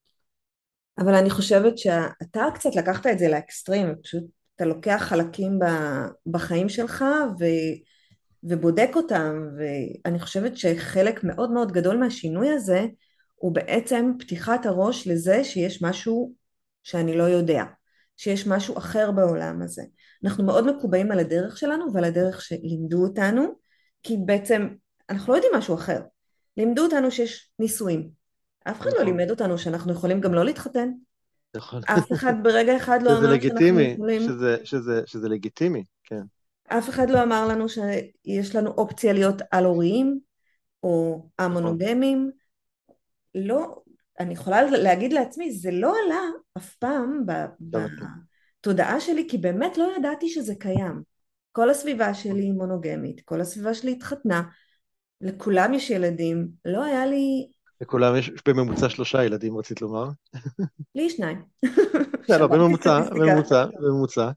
Speaker 1: אבל אני חושבת שאתה קצת לקחת את זה לאקסטרים, פשוט אתה לוקח חלקים ב- בחיים שלך ו, ובודק אותם, ואני חושבת שחלק מאוד מאוד גדול מהשינוי הזה הוא בעצם פתיחת הראש לזה שיש משהו שאני לא יודע, שיש משהו אחר בעולם הזה. אנחנו מאוד מקובעים על הדרך שלנו ועל הדרך שלימדו אותנו, כי בעצם אנחנו לא יודעים משהו אחר. לימדו אותנו שיש נישואים. אף אחד לא
Speaker 2: נכון,
Speaker 1: לימד אותנו שאנחנו יכולים גם לא להתחתן.
Speaker 2: נכון.
Speaker 1: אף אחד ברגע אחד לא
Speaker 2: שזה
Speaker 1: אמר שאנחנו
Speaker 2: לגיטימי,
Speaker 1: יכולים,
Speaker 2: שזה, שזה, שזה לגיטימי, כן.
Speaker 1: אף אחד לא אמר לנו שיש לנו אופציה להיות על-הוריים או
Speaker 2: נכון.
Speaker 1: המונוגמים. לא, אני יכולה להגיד לעצמי, זה לא עלה אף פעם ב-
Speaker 2: גם כן.
Speaker 1: בתודעה שלי, כי באמת לא ידעתי שזה קיים. כל הסביבה שלי היא מונוגמית, כל הסביבה שלי התחתנה, לכולם יש ילדים, לא היה לי,
Speaker 2: לכולם יש בממוצע שלושה ילדים, רצית לומר.
Speaker 1: לי שניים.
Speaker 2: לא, לא,
Speaker 1: שמעתי
Speaker 2: בממוצע,
Speaker 1: סטטיסטיקה.
Speaker 2: בממוצע, בממוצע,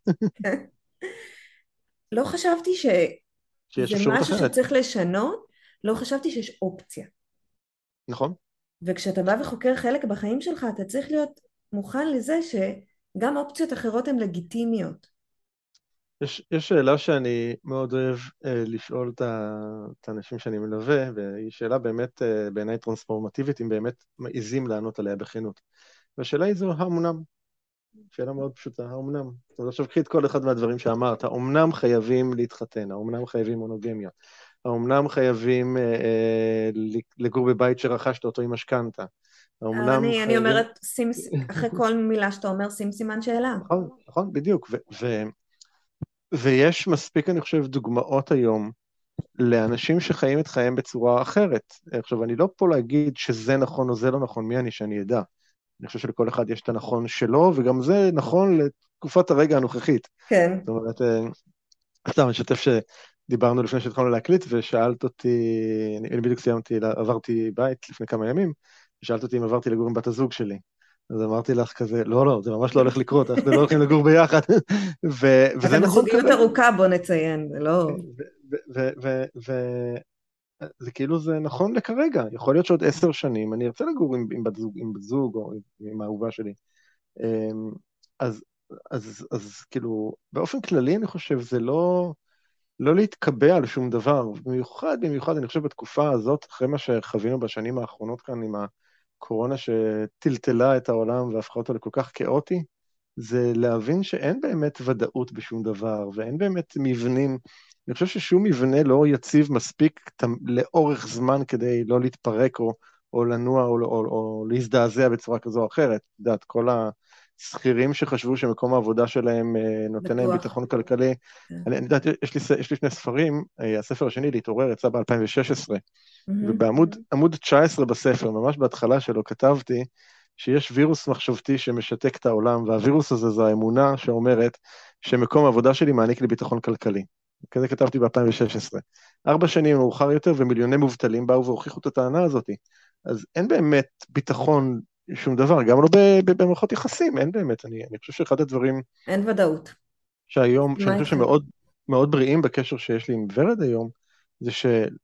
Speaker 1: לא חשבתי
Speaker 2: שיש
Speaker 1: שזה
Speaker 2: אפשרות
Speaker 1: משהו
Speaker 2: אחרת,
Speaker 1: שצריך לשנות, לא חשבתי שיש אופציה.
Speaker 2: נכון?
Speaker 1: וכשאתה בא וחוקר חלק בחיים שלך, אתה צריך להיות מוכן לזה שגם אופציות אחרות הן לגיטימיות.
Speaker 2: יש, יש שאלה שאני מאוד אוהב אה, לשאול את, ה, את האנשים שאני מלווה, והיא שאלה באמת אה, בעיניי טרנספורמטיבית, אם באמת מעיזים לענות עליה בכנות. והשאלה היא זו, האמונם. שאלה מאוד פשוטה, האומנם? זאת אומרת, עכשיו קחי את כל אחד מהדברים שאמרת, האומנם חייבים להתחתן, האומנם חייבים מונוגמיה, האומנם חייבים אה, אה, לגור בבית שרכשת אותו עם משכנתה, האומנם
Speaker 1: אני, אני
Speaker 2: חייבים...
Speaker 1: אומרת, שים, אחרי כל מילה שאתה אומר, שים סימן שאלה.
Speaker 2: נכון, נכון, בדיוק, ו, ו, ויש מספיק, אני חושב, דוגמאות היום לאנשים שחיים את חייהם בצורה אחרת. עכשיו, אני לא פה להגיד שזה נכון או זה לא נכון, מי אני שאני אדע. אני חושב שלכל אחד יש את הנכון שלו, וגם זה נכון לתקופת הרגע הנוכחית.
Speaker 1: כן.
Speaker 2: זאת אומרת, סתם, אני משתף דיברנו לפני שהתחלנו להקליט, ושאלת אותי, אני, אני בדיוק סיימתי, עברתי בית לפני כמה ימים, ושאלת אותי אם עברתי לגור עם בת הזוג שלי. אז אמרתי לך כזה, לא, לא, זה ממש לא הולך לקרות, אנחנו לא הולכים לגור ביחד. ו, וזה
Speaker 1: אתם
Speaker 2: נכון
Speaker 1: בזוגיות
Speaker 2: כרגע.
Speaker 1: ארוכה, בוא נציין, זה לא...
Speaker 2: וזה כאילו זה נכון לכרגע, יכול להיות שעוד עשר שנים אני ארצה לגור עם, עם בת זוג, עם בת זוג או עם האהובה שלי. אמ, אז, אז, אז כאילו, באופן כללי אני חושב, זה לא, לא להתקבע על שום דבר, במיוחד, במיוחד, אני חושב בתקופה הזאת, אחרי מה שחווינו בשנים האחרונות כאן עם הקורונה שטלטלה את העולם והפכה אותו לכל כך כאוטי, זה להבין שאין באמת ודאות בשום דבר, ואין באמת מבנים. אני חושב ששום מבנה לא יציב מספיק לאורך זמן כדי לא להתפרק או, או לנוע או, או, או להזדעזע בצורה כזו או אחרת. את יודעת, כל השכירים שחשבו שמקום העבודה שלהם נותן להם
Speaker 1: בטוח.
Speaker 2: ביטחון כלכלי.
Speaker 1: כן.
Speaker 2: אני יודעת, יש לי, יש לי שני ספרים, הספר השני, להתעורר, יצא ב-אלפיים ושש עשרה,
Speaker 1: מהמם.
Speaker 2: ובעמוד עמוד תשע עשרה בספר, ממש בהתחלה שלו, כתבתי שיש וירוס מחשבתי שמשתק את העולם, והווירוס הזה זו האמונה שאומרת שמקום העבודה שלי מעניק לי ביטחון כלכלי. כזה כתבתי ב-אלפיים ושש עשרה. ארבע שנים מאוחר יותר, ומיליוני מובטלים באו והוכיחו את הטענה הזאת. אז אין באמת ביטחון שום דבר, גם לא במערכות יחסים, אין באמת. אני, אני חושב שאחד הדברים
Speaker 1: אין ודאות.
Speaker 2: שהיום, שאני
Speaker 1: מה
Speaker 2: חושב
Speaker 1: איתכם?
Speaker 2: שמאוד מאוד בריאים בקשר שיש לי עם ורד היום, זה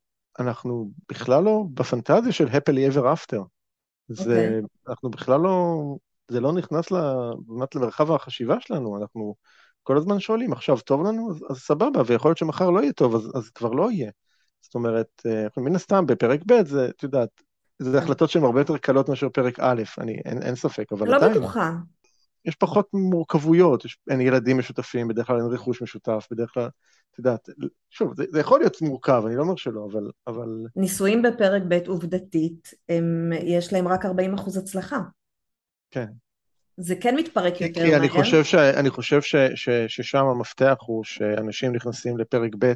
Speaker 2: שאנחנו בכלל לא בפנטזיה של happily ever after.
Speaker 1: אוקיי.
Speaker 2: זה, אנחנו בכלל לא, זה לא נכנס באמת למרחב החשיבה שלנו, אנחנו כל הזמן שואלים, עכשיו טוב לנו, אז, אז סבבה, ויכול להיות שמחר לא יהיה טוב, אז, אז כבר לא יהיה. זאת אומרת, אנחנו מן הסתם בפרק ב' זה, את יודעת, זה
Speaker 1: אני
Speaker 2: החלטות שהן הרבה יותר קלות מאשר פרק א', אני, אין, אין ספק, אבל
Speaker 1: לא
Speaker 2: עדיין,
Speaker 1: בטוחה.
Speaker 2: יש פחות מורכבויות, יש, אין ילדים משותפים, בדרך כלל אין רכוש משותף, בדרך כלל, את יודעת, שוב, זה, זה יכול להיות מורכב, אני לא אומר שלא, אבל, אבל...
Speaker 1: ניסויים בפרק ב' עובדתית, הם, יש להם רק ארבעים אחוז הצלחה.
Speaker 2: כן.
Speaker 1: זה כן מתפרק
Speaker 2: כי,
Speaker 1: יותר
Speaker 2: כי אני
Speaker 1: מהר.
Speaker 2: חושב, ש, אני חושב ש, ש, ששם המפתח הוא שאנשים נכנסים לפרק ב'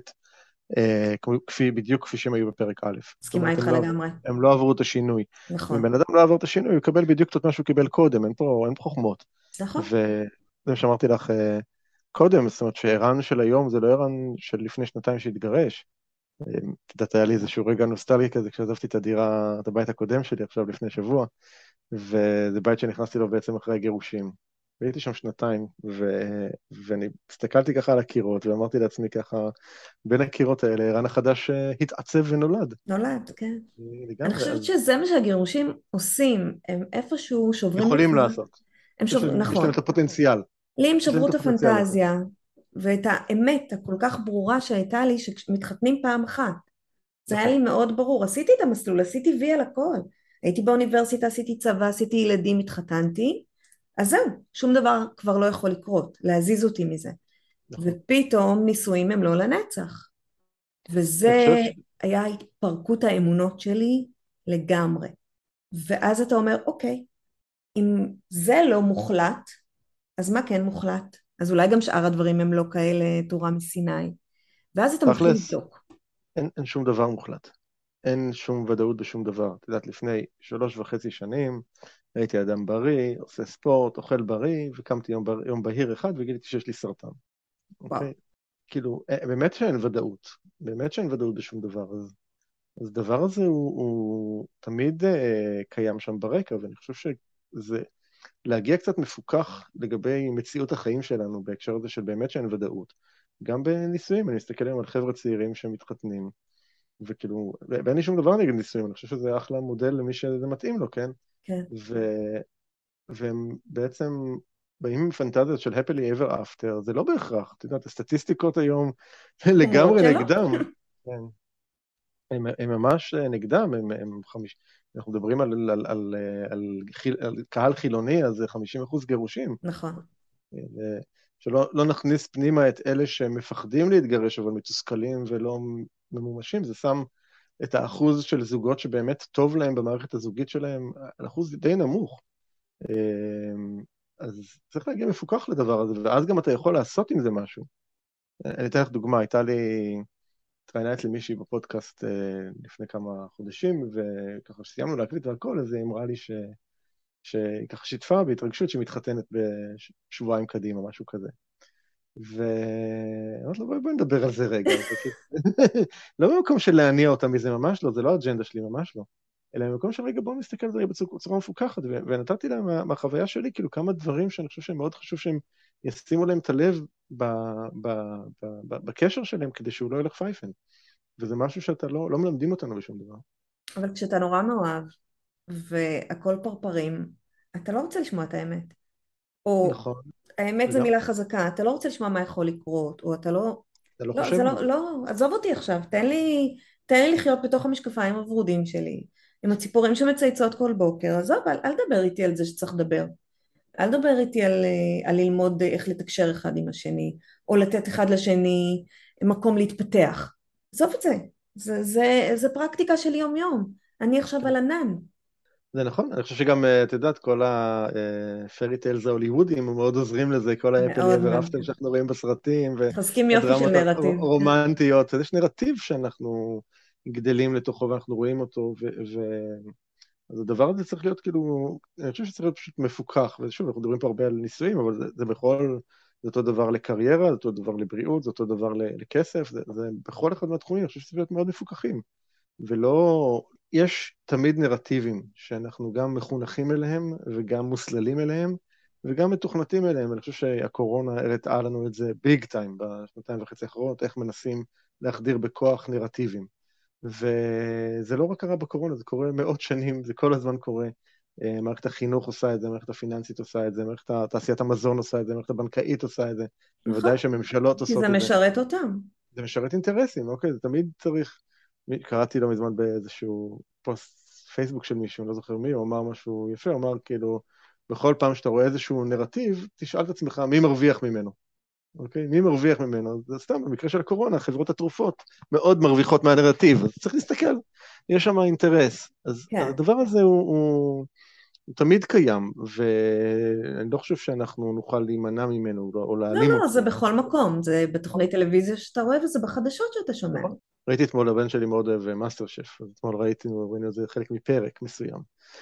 Speaker 2: אה, כפי, בדיוק כפי שהם היו בפרק א'. זאת
Speaker 1: מסכימה
Speaker 2: אומרת,
Speaker 1: איתך
Speaker 2: הם לא,
Speaker 1: לגמרי.
Speaker 2: הם לא עברו את השינוי. ואם
Speaker 1: נכון.
Speaker 2: בן אדם לא עבר את השינוי, הוא יקבל בדיוק את מה שהוא קיבל קודם, אין פה, אין פה חוכמות.
Speaker 1: נכון.
Speaker 2: וזה מה שאמרתי לך אה, קודם, זאת אומרת שערן של היום זה לא ערן של לפני שנתיים שהתגרש. אה, את יודעת, היה לי איזשהו רגע נוסטלגי כזה כשעזבתי את הדירה, את הבית הקודם שלי עכשיו לפני שבוע, וזה בית שנכנסתי לו בעצם אחרי הגירושים. והייתי שם שנתיים, ו... ואני הסתכלתי ככה על הקירות, ואמרתי לעצמי ככה, בין הקירות האלה, ערן החדש אה, התעצב ונולד.
Speaker 1: נולד, כן.
Speaker 2: אה,
Speaker 1: אני
Speaker 2: לגמרי,
Speaker 1: חושבת
Speaker 2: אז
Speaker 1: שזה מה שהגירושים עושים, הם איפשהו שוברים
Speaker 2: יכולים
Speaker 1: לפניו.
Speaker 2: לעשות.
Speaker 1: הם
Speaker 2: יש
Speaker 1: שוברים,
Speaker 2: להם, יש להם
Speaker 1: נכון.
Speaker 2: את הפוטנציאל.
Speaker 1: לי הם
Speaker 2: יש להם
Speaker 1: שברו
Speaker 2: את
Speaker 1: את
Speaker 2: הפוטנציאל לזה.
Speaker 1: הפנטזיה, ואת האמת הכל כך ברורה שהייתה לי, שמתחתנים פעם אחת. זה היה
Speaker 2: נכון.
Speaker 1: לי מאוד ברור. עשיתי את המסלול, עשיתי וי על הכל. הייתי באוניברסיטה, עשיתי צבא, עשיתי ילדים, התחתנתי. אז זהו, שום דבר כבר לא יכול לקרות, להזיז אותי מזה.
Speaker 2: נכון.
Speaker 1: ופתאום נישואים הם לא לנצח.
Speaker 2: אני
Speaker 1: וזה
Speaker 2: חושב ש...
Speaker 1: היה התפרקות האמונות שלי לגמרי. ואז אתה אומר, אוקיי, אם זה לא מוחלט, אז מה כן מוחלט? אז אולי גם שאר הדברים הם לא כאלה תורה מסיני. ואז אתה מתחיל
Speaker 2: תכלס,
Speaker 1: לבדוק.
Speaker 2: אין, אין שום דבר מוחלט. אין שום ודאות בשום דבר. את יודעת, לפני שלוש וחצי שנים, הייתי אדם בריא, עושה ספורט, אוכל בריא, וקמתי יום, בר... יום בהיר אחד וגיליתי שיש לי סרטן.
Speaker 1: וואו.
Speaker 2: אוקיי? כאילו, אה, באמת שאין ודאות. באמת שאין ודאות בשום דבר. אז, אז הדבר הזה הוא, הוא תמיד אה, קיים שם ברקע, ואני חושב שזה להגיע קצת מפוקח לגבי מציאות החיים שלנו, בהקשר הזה של באמת שאין ודאות. גם בנישואים, אני מסתכל היום על חבר'ה צעירים שמתחתנים, וכאילו, ואין לי שום דבר נגד נישואים, אני חושב שזה אחלה מודל למי שזה מתאים לו, כן?
Speaker 1: כן.
Speaker 2: ו... והם בעצם באים עם פנטזיות של happily ever after, זה לא בהכרח, את יודעת, הסטטיסטיקות היום
Speaker 1: אומרות
Speaker 2: לגמרי
Speaker 1: שלא.
Speaker 2: נגדם, כן. הם, הם ממש נגדם, הם, הם חמיש... אנחנו מדברים על, על, על, על, חיל, על קהל חילוני, אז זה חמישים אחוז גירושים.
Speaker 1: נכון.
Speaker 2: ו- שלא לא נכניס פנימה את אלה שמפחדים להתגרש, אבל מתוסכלים ולא ממומשים, זה שם את האחוז של זוגות שבאמת טוב להם במערכת הזוגית שלהם, על אחוז די נמוך. אז צריך להגיע מפוקח לדבר הזה, ואז גם אתה יכול לעשות עם זה משהו. אני אתן לך דוגמה, הייתה לי, התראיינה אצלי מישהי בפודקאסט לפני כמה חודשים, וככה שסיימנו להקליט והכל, אז היא אמרה לי ש... שהיא ככה שיתפה בהתרגשות שמתחתנת בשבועיים קדימה, משהו כזה. ואמרתי לו, בואי בואי נדבר על זה רגע, וכאילו, לא במקום של להניע אותה מזה, ממש לא, זה לא האג'נדה שלי, ממש לא, אלא במקום של רגע בואו נסתכל על זה בצורה מפוקחת, ו- ונתתי להם מה- מהחוויה שלי, כאילו כמה דברים שאני חושב שהם מאוד חשוב שהם ישימו להם את הלב ב- ב- ב- ב- בקשר שלהם, כדי שהוא לא ילך פייפן, וזה משהו שאתה לא, לא מלמדים אותנו בשום דבר.
Speaker 1: אבל כשאתה נורא מאוהב והכל פרפרים, אתה לא רוצה לשמוע את האמת. או
Speaker 2: נכון,
Speaker 1: האמת זה
Speaker 2: וגם,
Speaker 1: מילה חזקה, אתה לא רוצה לשמוע מה יכול לקרות, או אתה לא...
Speaker 2: אתה לא
Speaker 1: לא,
Speaker 2: חושב
Speaker 1: זה
Speaker 2: על
Speaker 1: לא,
Speaker 2: זה.
Speaker 1: לא, עזוב אותי עכשיו, תן לי, תן לי לחיות בתוך המשקפיים הוורודים שלי, עם הציפורים שמצייצות כל בוקר, עזוב, אל, אל תדבר איתי על זה שצריך לדבר. אל תדבר איתי על, אה, על ללמוד איך לתקשר אחד עם השני, או לתת אחד לשני מקום להתפתח. עזוב את זה. זה, זה, זה פרקטיקה של יום יום. אני עכשיו על ענן.
Speaker 2: זה נכון, אני חושב שגם, אה, את יודעת, כל הפרי טיילס ההוליוודיים הם מאוד עוזרים לזה, כל האפלי
Speaker 1: מאוד
Speaker 2: אבר
Speaker 1: מאוד.
Speaker 2: אפטר שאנחנו רואים בסרטים,
Speaker 1: מחזקים יופי של
Speaker 2: והדרמות
Speaker 1: נרטיב.
Speaker 2: הרומנטיות, יש נרטיב שאנחנו גדלים לתוכו ואנחנו רואים אותו, ו- ו- אז הדבר הזה צריך להיות כאילו, אני חושב שצריך להיות פשוט מפוקח, ושוב, אנחנו מדברים פה הרבה על ניסויים, אבל זה, זה בכל, זה אותו דבר לקריירה, זה אותו דבר לבריאות, זה אותו דבר ל- לכסף, זה, זה בכל אחד מהתחומים, אני חושב שצריך להיות מאוד מפוקחים. ולא, יש תמיד נרטיבים שאנחנו גם מחונכים אליהם וגם מוסללים אליהם וגם מתוכנתים אליהם. אני חושב שהקורונה הראתה לנו את זה ביג טיים בשנתיים וחצי האחרונות, איך מנסים להחדיר בכוח נרטיבים. וזה לא רק קרה בקורונה, זה קורה מאות שנים, זה כל הזמן קורה. מערכת החינוך עושה את זה, מערכת הפיננסית עושה את זה, מערכת תעשיית המזון עושה את זה, מערכת הבנקאית עושה את זה,
Speaker 1: נכון,
Speaker 2: בוודאי שממשלות
Speaker 1: כי זה
Speaker 2: עושות את זה.
Speaker 1: משרת אותם.
Speaker 2: זה משרת אינטרסים, אוקיי? זה תמיד צריך. קראתי לא מזמן באיזשהו פוסט פייסבוק של מישהו, אני לא זוכר מי, הוא אמר משהו יפה, הוא אמר כאילו, בכל פעם שאתה רואה איזשהו נרטיב, תשאל את עצמך מי מרוויח ממנו, אוקיי? מי מרוויח ממנו? זה סתם, במקרה של הקורונה, חברות התרופות מאוד מרוויחות מהנרטיב, אז צריך להסתכל, יש שם אינטרס. אז, אז
Speaker 1: כן.
Speaker 2: הדבר הזה הוא, הוא, הוא תמיד קיים, ואני לא חושב שאנחנו נוכל להימנע ממנו או
Speaker 1: לא,
Speaker 2: להעלים
Speaker 1: לא,
Speaker 2: אותו.
Speaker 1: זה בכל מקום. זה בתוכנית טלוויזיה שאתה רואה וזה בחדשות שאתה שומע.
Speaker 2: נכון. ראיתי אתמול, הבן שלי מאוד אוהב מאסטר שף, אז אתמול ראיתי, ראינו את זה חלק מפרק מסוים,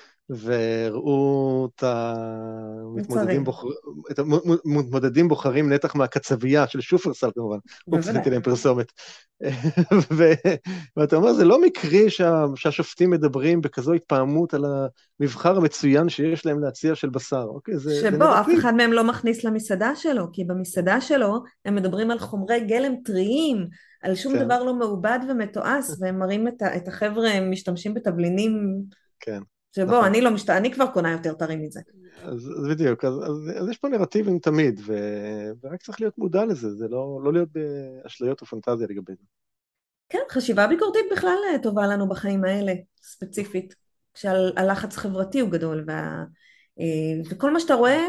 Speaker 2: והראו את המתמודדים
Speaker 1: מוצרים.
Speaker 2: בוחר... את המתמודדים בוחרים נתח מהקצבייה של שופרסל כמובן, אופס,
Speaker 1: בוודאי.
Speaker 2: עשיתי להם פרסומת. ו... ואתה אומר, זה לא מקרי שה... שהשופטים מדברים בכזו התפעמות על המבחר המצוין שיש להם להציע של בשר, אוקיי? זה, זה
Speaker 1: שבו אף
Speaker 2: נרטיב.
Speaker 1: אחד מהם לא מכניס למסעדה שלו, כי במסעדה שלו הם מדברים על חומרי גלם טריים, על שום
Speaker 2: כן,
Speaker 1: דבר לא מעובד ומתועש, והם מראים את, ה- את החבר'ה, הם משתמשים בתבלינים,
Speaker 2: כן,
Speaker 1: שבו
Speaker 2: נכון.
Speaker 1: אני לא משת... אני כבר קונה יותר טרי מזה.
Speaker 2: אז, אז בדיוק, אז, אז, אז יש פה נרטיבים תמיד, ו, ורק צריך להיות מודע לזה, זה לא, לא להיות באשליות או פנטזיה לגבי זה.
Speaker 1: כן, חשיבה ביקורתית בכלל טובה לנו בחיים האלה, ספציפית, כשהלחץ חברתי הוא גדול, וה... אה, וכל מה שאתה רואה,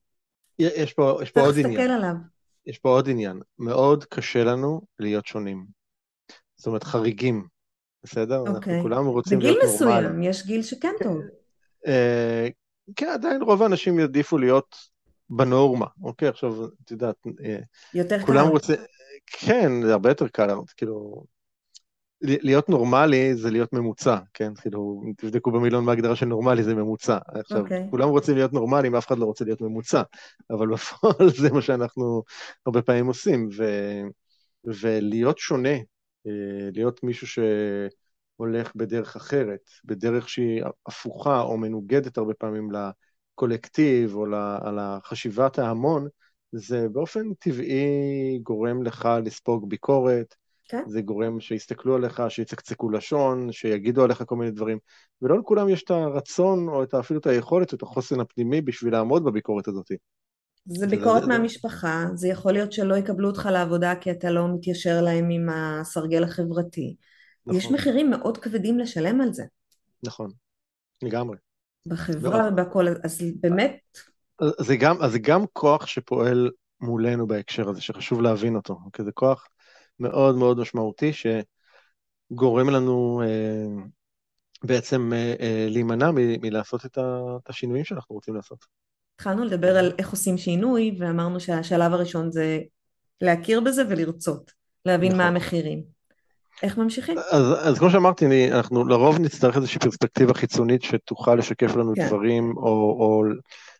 Speaker 2: יש פה, יש פה
Speaker 1: צריך
Speaker 2: עוד
Speaker 1: להסתכל
Speaker 2: עניין,
Speaker 1: עליו.
Speaker 2: יש פה עוד עניין, מאוד קשה לנו להיות שונים, זאת אומרת חריגים, בסדר? אנחנו
Speaker 1: אוקיי.
Speaker 2: כולנו רוצים
Speaker 1: בגיל
Speaker 2: להיות נורמליים.
Speaker 1: מסוים, יש גיל שכן טוב.
Speaker 2: אה, כן, עדיין רוב האנשים יעדיפו להיות בנורמה, אוקיי? עכשיו, את יודעת, אה,
Speaker 1: יותר
Speaker 2: כולם
Speaker 1: קל.
Speaker 2: רוצים, כן, זה הרבה יותר קל, כאילו, להיות נורמלי זה להיות ממוצע, כן? כאילו, אם תבדקו במילון מה ההגדרה של נורמלי, זה ממוצע. עכשיו,
Speaker 1: אוקיי.
Speaker 2: כולם רוצים להיות נורמליים, אף אחד לא רוצה להיות ממוצע, אבל בפועל זה מה שאנחנו הרבה פעמים עושים, ו... ולהיות שונה, אה, להיות מישהו שהולך בדרך אחרת, בדרך שהיא הפוכה או מנוגדת הרבה פעמים לקולקטיב או לחשיבת ההמון, זה באופן טבעי גורם לך לספוג ביקורת,
Speaker 1: כן.
Speaker 2: זה גורם שיסתכלו עליך, שיצקצקו לשון, שיגידו עליך כל מיני דברים, ולא לכולם יש את הרצון או את, אפילו את היכולת או את החוסן הפנימי בשביל לעמוד בביקורת הזאת.
Speaker 1: זה
Speaker 2: זה,
Speaker 1: ביקורת
Speaker 2: זה, זה...
Speaker 1: מהמשפחה, זה יכול להיות שלא יקבלו אותך לעבודה כי אתה לא מתיישר להם עם הסרגל החברתי. יש
Speaker 2: נכון,
Speaker 1: מחירים מאוד כבדים לשלם על זה,
Speaker 2: נכון, לגמרי.
Speaker 1: בחברה
Speaker 2: מאוד.
Speaker 1: ובכל, אז באמת,
Speaker 2: אז זה גם, אז זה גם כוח שפועל מולנו בהקשר הזה, שחשוב להבין אותו, כי זה כוח מאוד מאוד משמעותי, שגורם לנו אה, בעצם אה, אה, להימנע מ- מלעשות את, ה, את השינויים שאנחנו רוצים לעשות.
Speaker 1: התחלנו לדבר על איך עושים שינוי, ואמרנו שהשלב הראשון זה להכיר בזה ולרצות, להבין מה
Speaker 2: נכון.
Speaker 1: המחירים. איך ממשיכים?
Speaker 2: אז, אז כמו שאמרתי, אני, אנחנו לרוב נצטרך איזושהי פרספקטיבה חיצונית שתוכל לשקף לנו
Speaker 1: כן.
Speaker 2: דברים, או, או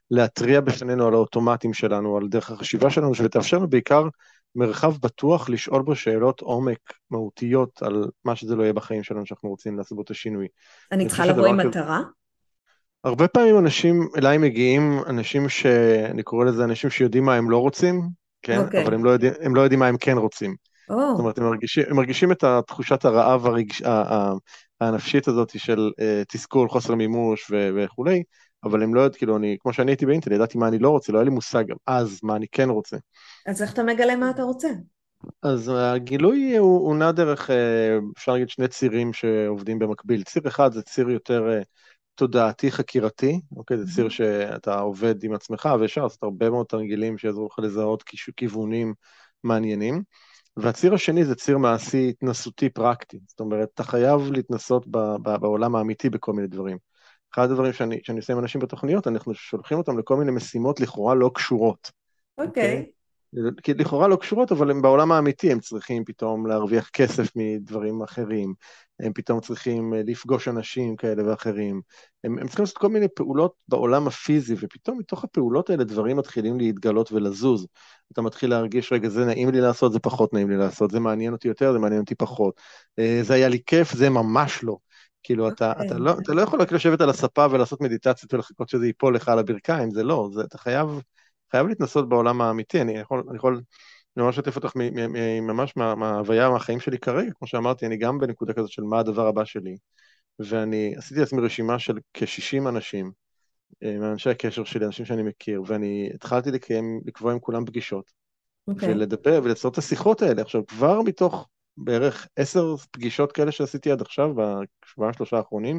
Speaker 2: להטריע בפנינו על האוטומטים שלנו, על דרך החשיבה שלנו, ותאפשר לנו בעיקר מרחב בטוח לשאול בו שאלות עומק מהותיות על מה שזה לא יהיה בחיים שלנו שאנחנו רוצים לעשות בו את השינוי.
Speaker 1: אני
Speaker 2: אני חושב
Speaker 1: צריכה לבוא
Speaker 2: שדבר
Speaker 1: עם
Speaker 2: כזה,
Speaker 1: מטרה?
Speaker 2: הרבה פעמים אנשים אליי מגיעים, אנשים שאני קורא לזה אנשים שיודעים מה הם לא רוצים, כן, אבל
Speaker 1: אוקיי.
Speaker 2: הם לא יודעים, הם לא יודעים מה הם כן רוצים. זאת
Speaker 1: או,
Speaker 2: אומרת, הם מרגישים, הם מרגישים את תחושת הרעב הרגש, ה- ה- הנפשית הזאת של אה, תסכול, חוסר מימוש ו- וכולי, אבל הם לא יודעים, כאילו, אני, כמו שאני הייתי באינטרנט, ידעתי מה אני לא רוצה, לא היה לי מושג אז מה אני כן רוצה.
Speaker 1: אז איך אתה מגלה מה אתה רוצה?
Speaker 2: אז הגילוי הוא, הוא נע דרך, אה, אפשר להגיד, שני צירים שעובדים במקביל. ציר אחד זה ציר יותר אה, תודעתי חקירתי, אוקיי? זה ציר
Speaker 1: מהמם.
Speaker 2: שאתה עובד עם עצמך, ואפשר לעשות הרבה מאוד תרגילים שיעזרו לך לזהות כיש- כיוונים מעניינים. והציר השני זה ציר מעשי התנסותי פרקטי, זאת אומרת, אתה חייב להתנסות ב, ב, בעולם האמיתי בכל מיני דברים. אחד הדברים שאני, שאני עושה עם אנשים בתוכניות, אנחנו שולחים אותם לכל מיני משימות לכאורה לא קשורות, אוקיי?
Speaker 1: אוקיי.
Speaker 2: כי לכאורה לא קשורות, אבל הם בעולם האמיתי, הם צריכים פתאום להרוויח כסף מדברים אחרים, הם פתאום צריכים לפגוש אנשים כאלה ואחרים, הם, הם צריכים לעשות כל מיני פעולות בעולם הפיזי, ופתאום מתוך הפעולות האלה דברים מתחילים להתגלות ולזוז. אתה מתחיל להרגיש, רגע, זה נעים לי לעשות, זה פחות נעים לי לעשות, זה מעניין אותי יותר, זה מעניין אותי פחות, אה, זה היה לי כיף, זה ממש לא. כאילו, אתה, אתה
Speaker 1: אוקיי.
Speaker 2: לא, אתה לא יכול רק לשבת על הספה ולעשות מדיטציות ולחכות שזה ייפול לך על הברכיים, זה לא, זה, אתה חייב חייב להתנסות בעולם האמיתי, אני יכול, אני יכול ממש לשתף אותך מ- מ- מ- ממש מה- מההוויה, מהחיים שלי כרגע, כמו שאמרתי, אני גם בנקודה כזאת של מה הדבר הבא שלי, ואני עשיתי לעצמי רשימה של כ-שישים אנשים, אה, מאנשי הקשר שלי, אנשים שאני מכיר, ואני התחלתי לקיים, לקבוע עם כולם פגישות,
Speaker 1: אוקיי.
Speaker 2: ולדבר ולעשות את השיחות האלה. עכשיו, כבר מתוך בערך עשר פגישות כאלה שעשיתי עד עכשיו, בשבועיים שלושה האחרונים,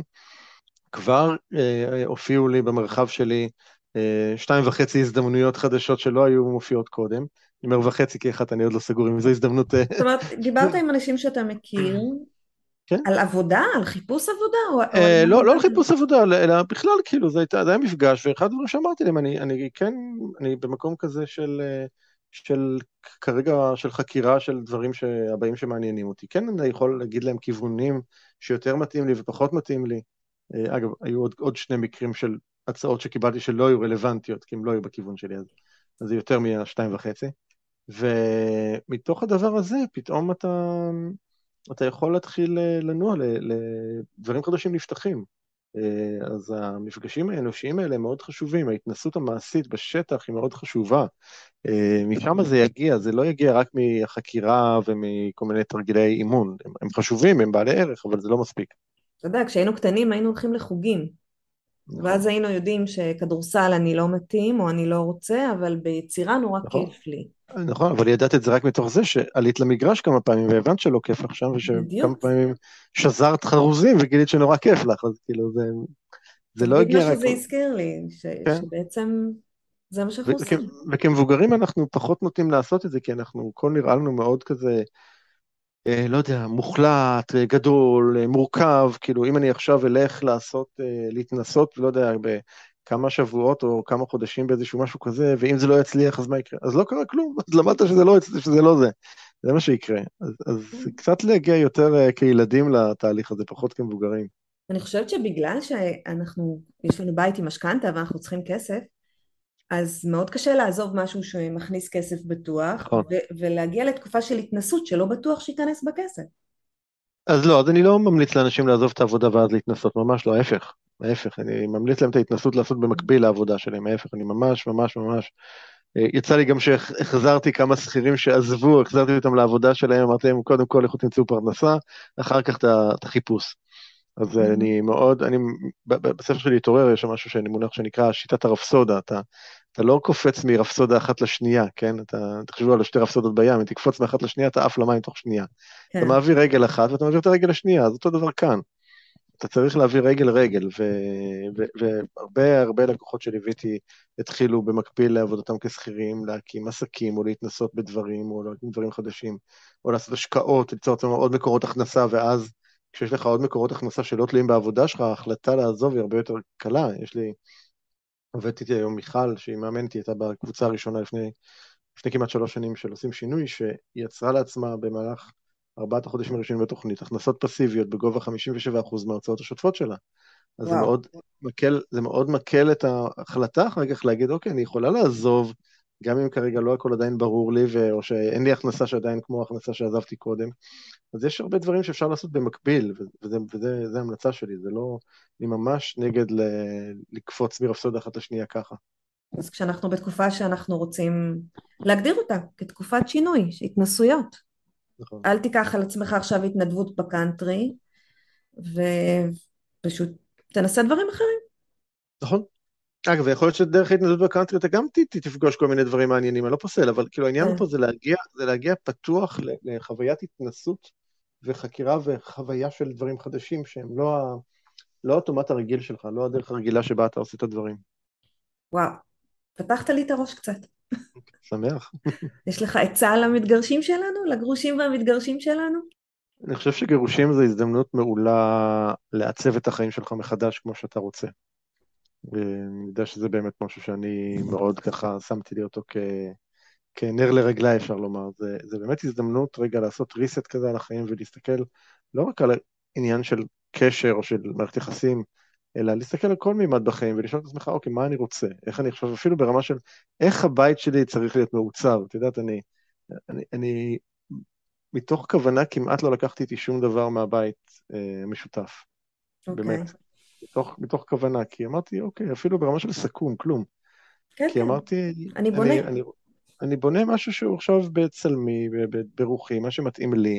Speaker 2: כבר אה, הופיעו לי במרחב שלי אה, שתיים וחצי הזדמנויות חדשות שלא היו מופיעות קודם. אני אומר וחצי כי אחת אני עוד לא סגור אם זו הזדמנות. אה,
Speaker 1: זאת אומרת, דיברת עם אנשים שאתה מכיר
Speaker 2: כן.
Speaker 1: על עבודה, על חיפוש עבודה, או, או על
Speaker 2: אה,
Speaker 1: מה
Speaker 2: לא, לא על
Speaker 1: דיברתם?
Speaker 2: חיפוש עבודה, אלא אלא בכלל, כאילו, זה הייתה, זה היה מפגש, ואחד הדברים שאמרתי להם, אני, אני כן, אני במקום כזה של, אה, של כרגע, של חקירה של דברים הבאים שמעניינים אותי. כן, אני יכול להגיד להם כיוונים שיותר מתאים לי ופחות מתאים לי. אה, אגב, היו עוד, עוד שני מקרים של הצעות שקיבלתי שלא היו רלוונטיות, כי הם לא היו בכיוון שלי, אז, אז זה יותר מהשתיים וחצי. ומתוך הדבר הזה, פתאום אתה, אתה יכול להתחיל אה, לנוע, ל- לדברים חדשים נפתחים. אה, אז המפגשים האנושיים האלה הם מאוד חשובים, ההתנסות המעשית בשטח היא מאוד חשובה. אה, משם זה יגיע, זה לא יגיע רק מהחקירה ומכל מיני תרגילי אימון. הם, הם חשובים, הם בעלי ערך, אבל זה לא מספיק.
Speaker 1: אתה יודע, כשהיינו קטנים היינו הולכים לחוגים,
Speaker 2: נכון,
Speaker 1: ואז היינו יודעים שכדורסל אני לא מתאים או אני לא רוצה, אבל ביצירה נורא
Speaker 2: נכון.
Speaker 1: כיף לי.
Speaker 2: נכון, אבל ידעת את זה רק מתוך זה שעלית למגרש כמה פעמים והבנת שלא כיף לך שם, ושכמה
Speaker 1: בדיוק.
Speaker 2: פעמים שזרת חרוזים וגילית שנורא כיף לך, אז כאילו זה,
Speaker 1: זה
Speaker 2: זה לא
Speaker 1: בדיוק מה
Speaker 2: הגיע רק...
Speaker 1: שזה הזכיר לי, ש,
Speaker 2: כן.
Speaker 1: שבעצם זה מה שאנחנו
Speaker 2: ו- וכ-
Speaker 1: עושים.
Speaker 2: וכמבוגרים אנחנו פחות נוטים לעשות את זה, כי אנחנו, הכל נראה לנו מאוד כזה, אה, לא יודע, מוחלט, אה, גדול, אה, מורכב, כאילו אם אני עכשיו אלך לעשות, אה, להתנסות, לא יודע, בכמה שבועות או כמה חודשים באיזשהו משהו כזה, ואם זה לא יצליח, אז מה יקרה? אז לא קרה כלום, אז למדת שזה לא, יצ- שזה לא זה, זה מה שיקרה. אז, אז קצת להגיע יותר אה, כילדים לתהליך הזה, פחות כמבוגרים.
Speaker 1: אני חושבת שבגלל שאנחנו, יש לנו בית עם משכנתה ואנחנו צריכים כסף, אז מאוד קשה לעזוב משהו שמכניס כסף בטוח,
Speaker 2: נכון.
Speaker 1: ו- ולהגיע לתקופה של התנסות שלא בטוח שייכנס בכסף.
Speaker 2: אז לא, אז אני לא ממליץ לאנשים לעזוב את העבודה ואז להתנסות, ממש לא, ההפך. ההפך, אני ממליץ להם את ההתנסות לעשות במקביל לעבודה שלהם, ההפך, אני ממש ממש ממש, אה, יצא לי גם שהחזרתי כמה שכירים שעזבו, החזרתי אותם לעבודה שלהם, אמרתי להם, קודם כל, לכו תמצאו פרנסה, אחר כך את ה- את החיפוש. אז אה,
Speaker 1: מהמם.
Speaker 2: אני מאוד, אני, ב- ב- בספר שלי התעורר, יש שם משהו שאני מונח שנקרא שיטת הרפסודה, אתה, אתה לא קופץ מרפסודה אחת לשנייה, כן? אתה, תחשבו על שתי רפסודות בים, אם תקפוץ מאחת לשנייה, אתה עף למים תוך שנייה. אתה
Speaker 1: כן.
Speaker 2: מעביר רגל אחת ואתה מעביר את הרגל השנייה, אז אותו דבר כאן. אתה צריך להעביר רגל רגל, ו- ו- והרבה הרבה לקוחות שליוויתי התחילו במקביל לעבודתם כשכירים, להקים עסקים, או להתנסות בדברים, או להקים דברים חדשים, או לעשות השקעות, ליצור לעצמם עוד מקורות הכנסה, ואז כשיש לך עוד מקורות הכנסה שלא תלויים בעבודה שלך, ההחלטה לעזוב היא הרבה יותר קלה. יש לי, עובדת איתי היום מיכל, שהיא מאמנת, היא הייתה בקבוצה הראשונה לפני, לפני כמעט שלוש שנים של עושים שינוי, שהיא יצרה לעצמה במהלך ארבעת החודשים הראשונים בתוכנית, הכנסות פסיביות בגובה חמישים ושבעה אחוז מההוצאות השוטפות שלה. אז זה
Speaker 1: וואו.
Speaker 2: מאוד מקל, זה מאוד מקל את ההחלטה אחר כך להגיד, אוקיי, אני יכולה לעזוב, גם אם כרגע לא הכל עדיין ברור לי, ו... או שאין לי הכנסה שעדיין כמו ההכנסה שעזבתי קודם. אז יש הרבה דברים שאפשר לעשות במקביל, וזה, וזה, זה המלצה שלי, זה לא, אני ממש נגד ל... לקפוץ מרפסודה אחת לשנייה ככה.
Speaker 1: אז כשאנחנו בתקופה שאנחנו רוצים להגדיר אותה כתקופת שינוי, התנסויות,
Speaker 2: נכון.
Speaker 1: אל תיקח על עצמך עכשיו התנדבות בקאנטרי, ופשוט תנסה דברים אחרים.
Speaker 2: נכון. אגב, יכול להיות שדרך ההתנדבות בקאנטרי אתה גם ת- תפגוש כל מיני דברים מעניינים, אני לא פוסל, אבל כאילו העניין
Speaker 1: כן.
Speaker 2: פה זה להגיע, זה להגיע פתוח ל- לחוויית התנסות וחקירה וחוויה של דברים חדשים שהם לא, ה- לא האוטומט הרגיל שלך, לא הדרך הרגילה שבה אתה עושה את הדברים.
Speaker 1: וואו, פתחת לי את הראש קצת.
Speaker 2: שמח.
Speaker 1: יש לך עצה למתגרשים שלנו, לגרושים והמתגרשים שלנו?
Speaker 2: אני חושב שגירושים זה הזדמנות מעולה לעצב את החיים שלך מחדש כמו שאתה רוצה. ואני יודע שזה באמת משהו שאני מאוד ככה שמתי לי אותו כ... כנר לרגלי, אפשר לומר. זה, זה באמת הזדמנות רגע לעשות ריסט כזה על החיים ולהסתכל לא רק על עניין של קשר או של מערכת יחסים, אלא להסתכל על כל מימד בחיים ולשאול את עצמך, אוקיי, מה אני רוצה? איך אני חושב, אפילו ברמה של איך הבית שלי צריך להיות מעוצב. את יודעת, אני, אני, אני מתוך כוונה כמעט לא לקחתי איתי שום דבר מהבית אה, משותף.
Speaker 1: אוקיי.
Speaker 2: באמת. מתוך, מתוך כוונה, כי אמרתי, אוקיי, אפילו ברמה של סכום, כלום.
Speaker 1: כן,
Speaker 2: כי
Speaker 1: כן.
Speaker 2: אמרתי,
Speaker 1: אני בונה.
Speaker 2: אני, אני, אני בונה משהו שהוא עכשיו בצלמי, ב- ב- ברוחי, מה שמתאים לי.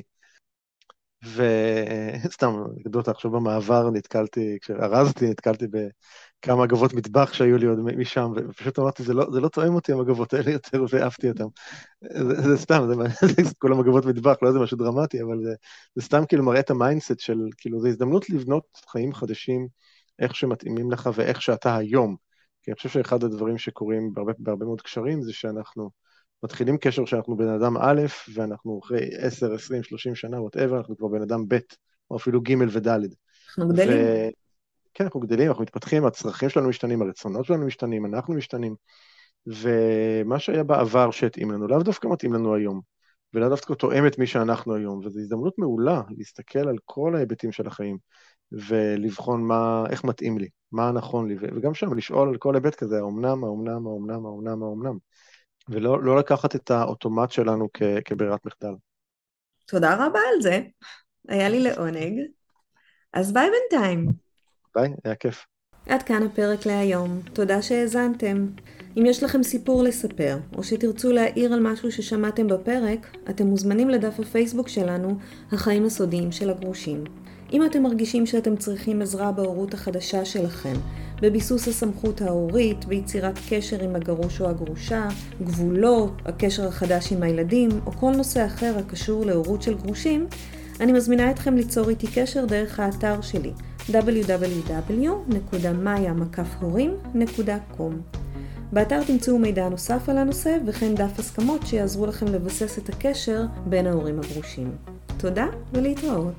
Speaker 2: וסתם, אנקדוטה, עכשיו במעבר נתקלתי, כשארזתי, נתקלתי בכמה אגבות מטבח שהיו לי עוד משם, ופשוט אמרתי, זה לא, זה לא תואם אותי, המגבות האלה יותר, ואהבתי אותם. זה, זה סתם, זה, זה כולם אגבות מטבח, לא איזה משהו דרמטי, אבל זה, זה סתם כאילו מראה את המיינדסט של, כאילו, זה הזדמנות לבנות חיים חדשים, איך שמתאימים לך ואיך שאתה היום. כי אני חושב שאחד הדברים שקורים בהרבה, בהרבה מאוד קשרים, זה שאנחנו מתחילים קשר שאנחנו בן אדם א', ואנחנו אחרי עשר, עשרים, שלושים שנה, whatever, אנחנו כבר בן אדם ב', או אפילו ג' וד'.
Speaker 1: אנחנו גדלים.
Speaker 2: וכן, אנחנו גדלים, אנחנו מתפתחים, הצרכים שלנו משתנים, הרצונות שלנו משתנים, אנחנו משתנים, ומה שהיה בעבר שהתאים לנו, לאו דווקא מתאים לנו היום, ולאו דווקא תואם את מי שאנחנו היום, וזו הזדמנות מעולה להסתכל על כל ההיבטים של החיים, ולבחון מה, איך מתאים לי, מה נכון לי, וגם שם לשאול על כל היבט כזה, האומנם, האומנם, האומנם, האומנם, האומנם. ולא לא לקחת את האוטומט שלנו כ, כברירת מחדל.
Speaker 1: תודה רבה על זה. היה לי לעונג. אז ביי בינתיים.
Speaker 2: ביי, היה כיף.
Speaker 1: עד כאן הפרק להיום. תודה שהאזנתם. אם יש לכם סיפור לספר, או שתרצו להעיר על משהו ששמעתם בפרק, אתם מוזמנים לדף הפייסבוק שלנו, החיים הסודיים של הגרושים. אם אתם מרגישים שאתם צריכים עזרה בהורות החדשה שלכם, בביסוס הסמכות ההורית, ביצירת קשר עם הגרוש או הגרושה, גבולות, הקשר החדש עם הילדים, או כל נושא אחר הקשור להורות של גרושים, אני מזמינה אתכם ליצור איתי קשר דרך האתר שלי, דאבליו דאבליו דאבליו נקודה מאיה מקף הורים נקודה קום. באתר תמצאו מידע נוסף על הנושא וכן דף הסכמות שיעזרו לכם לבסס את הקשר בין ההורים הגרושים. תודה ולהתראות.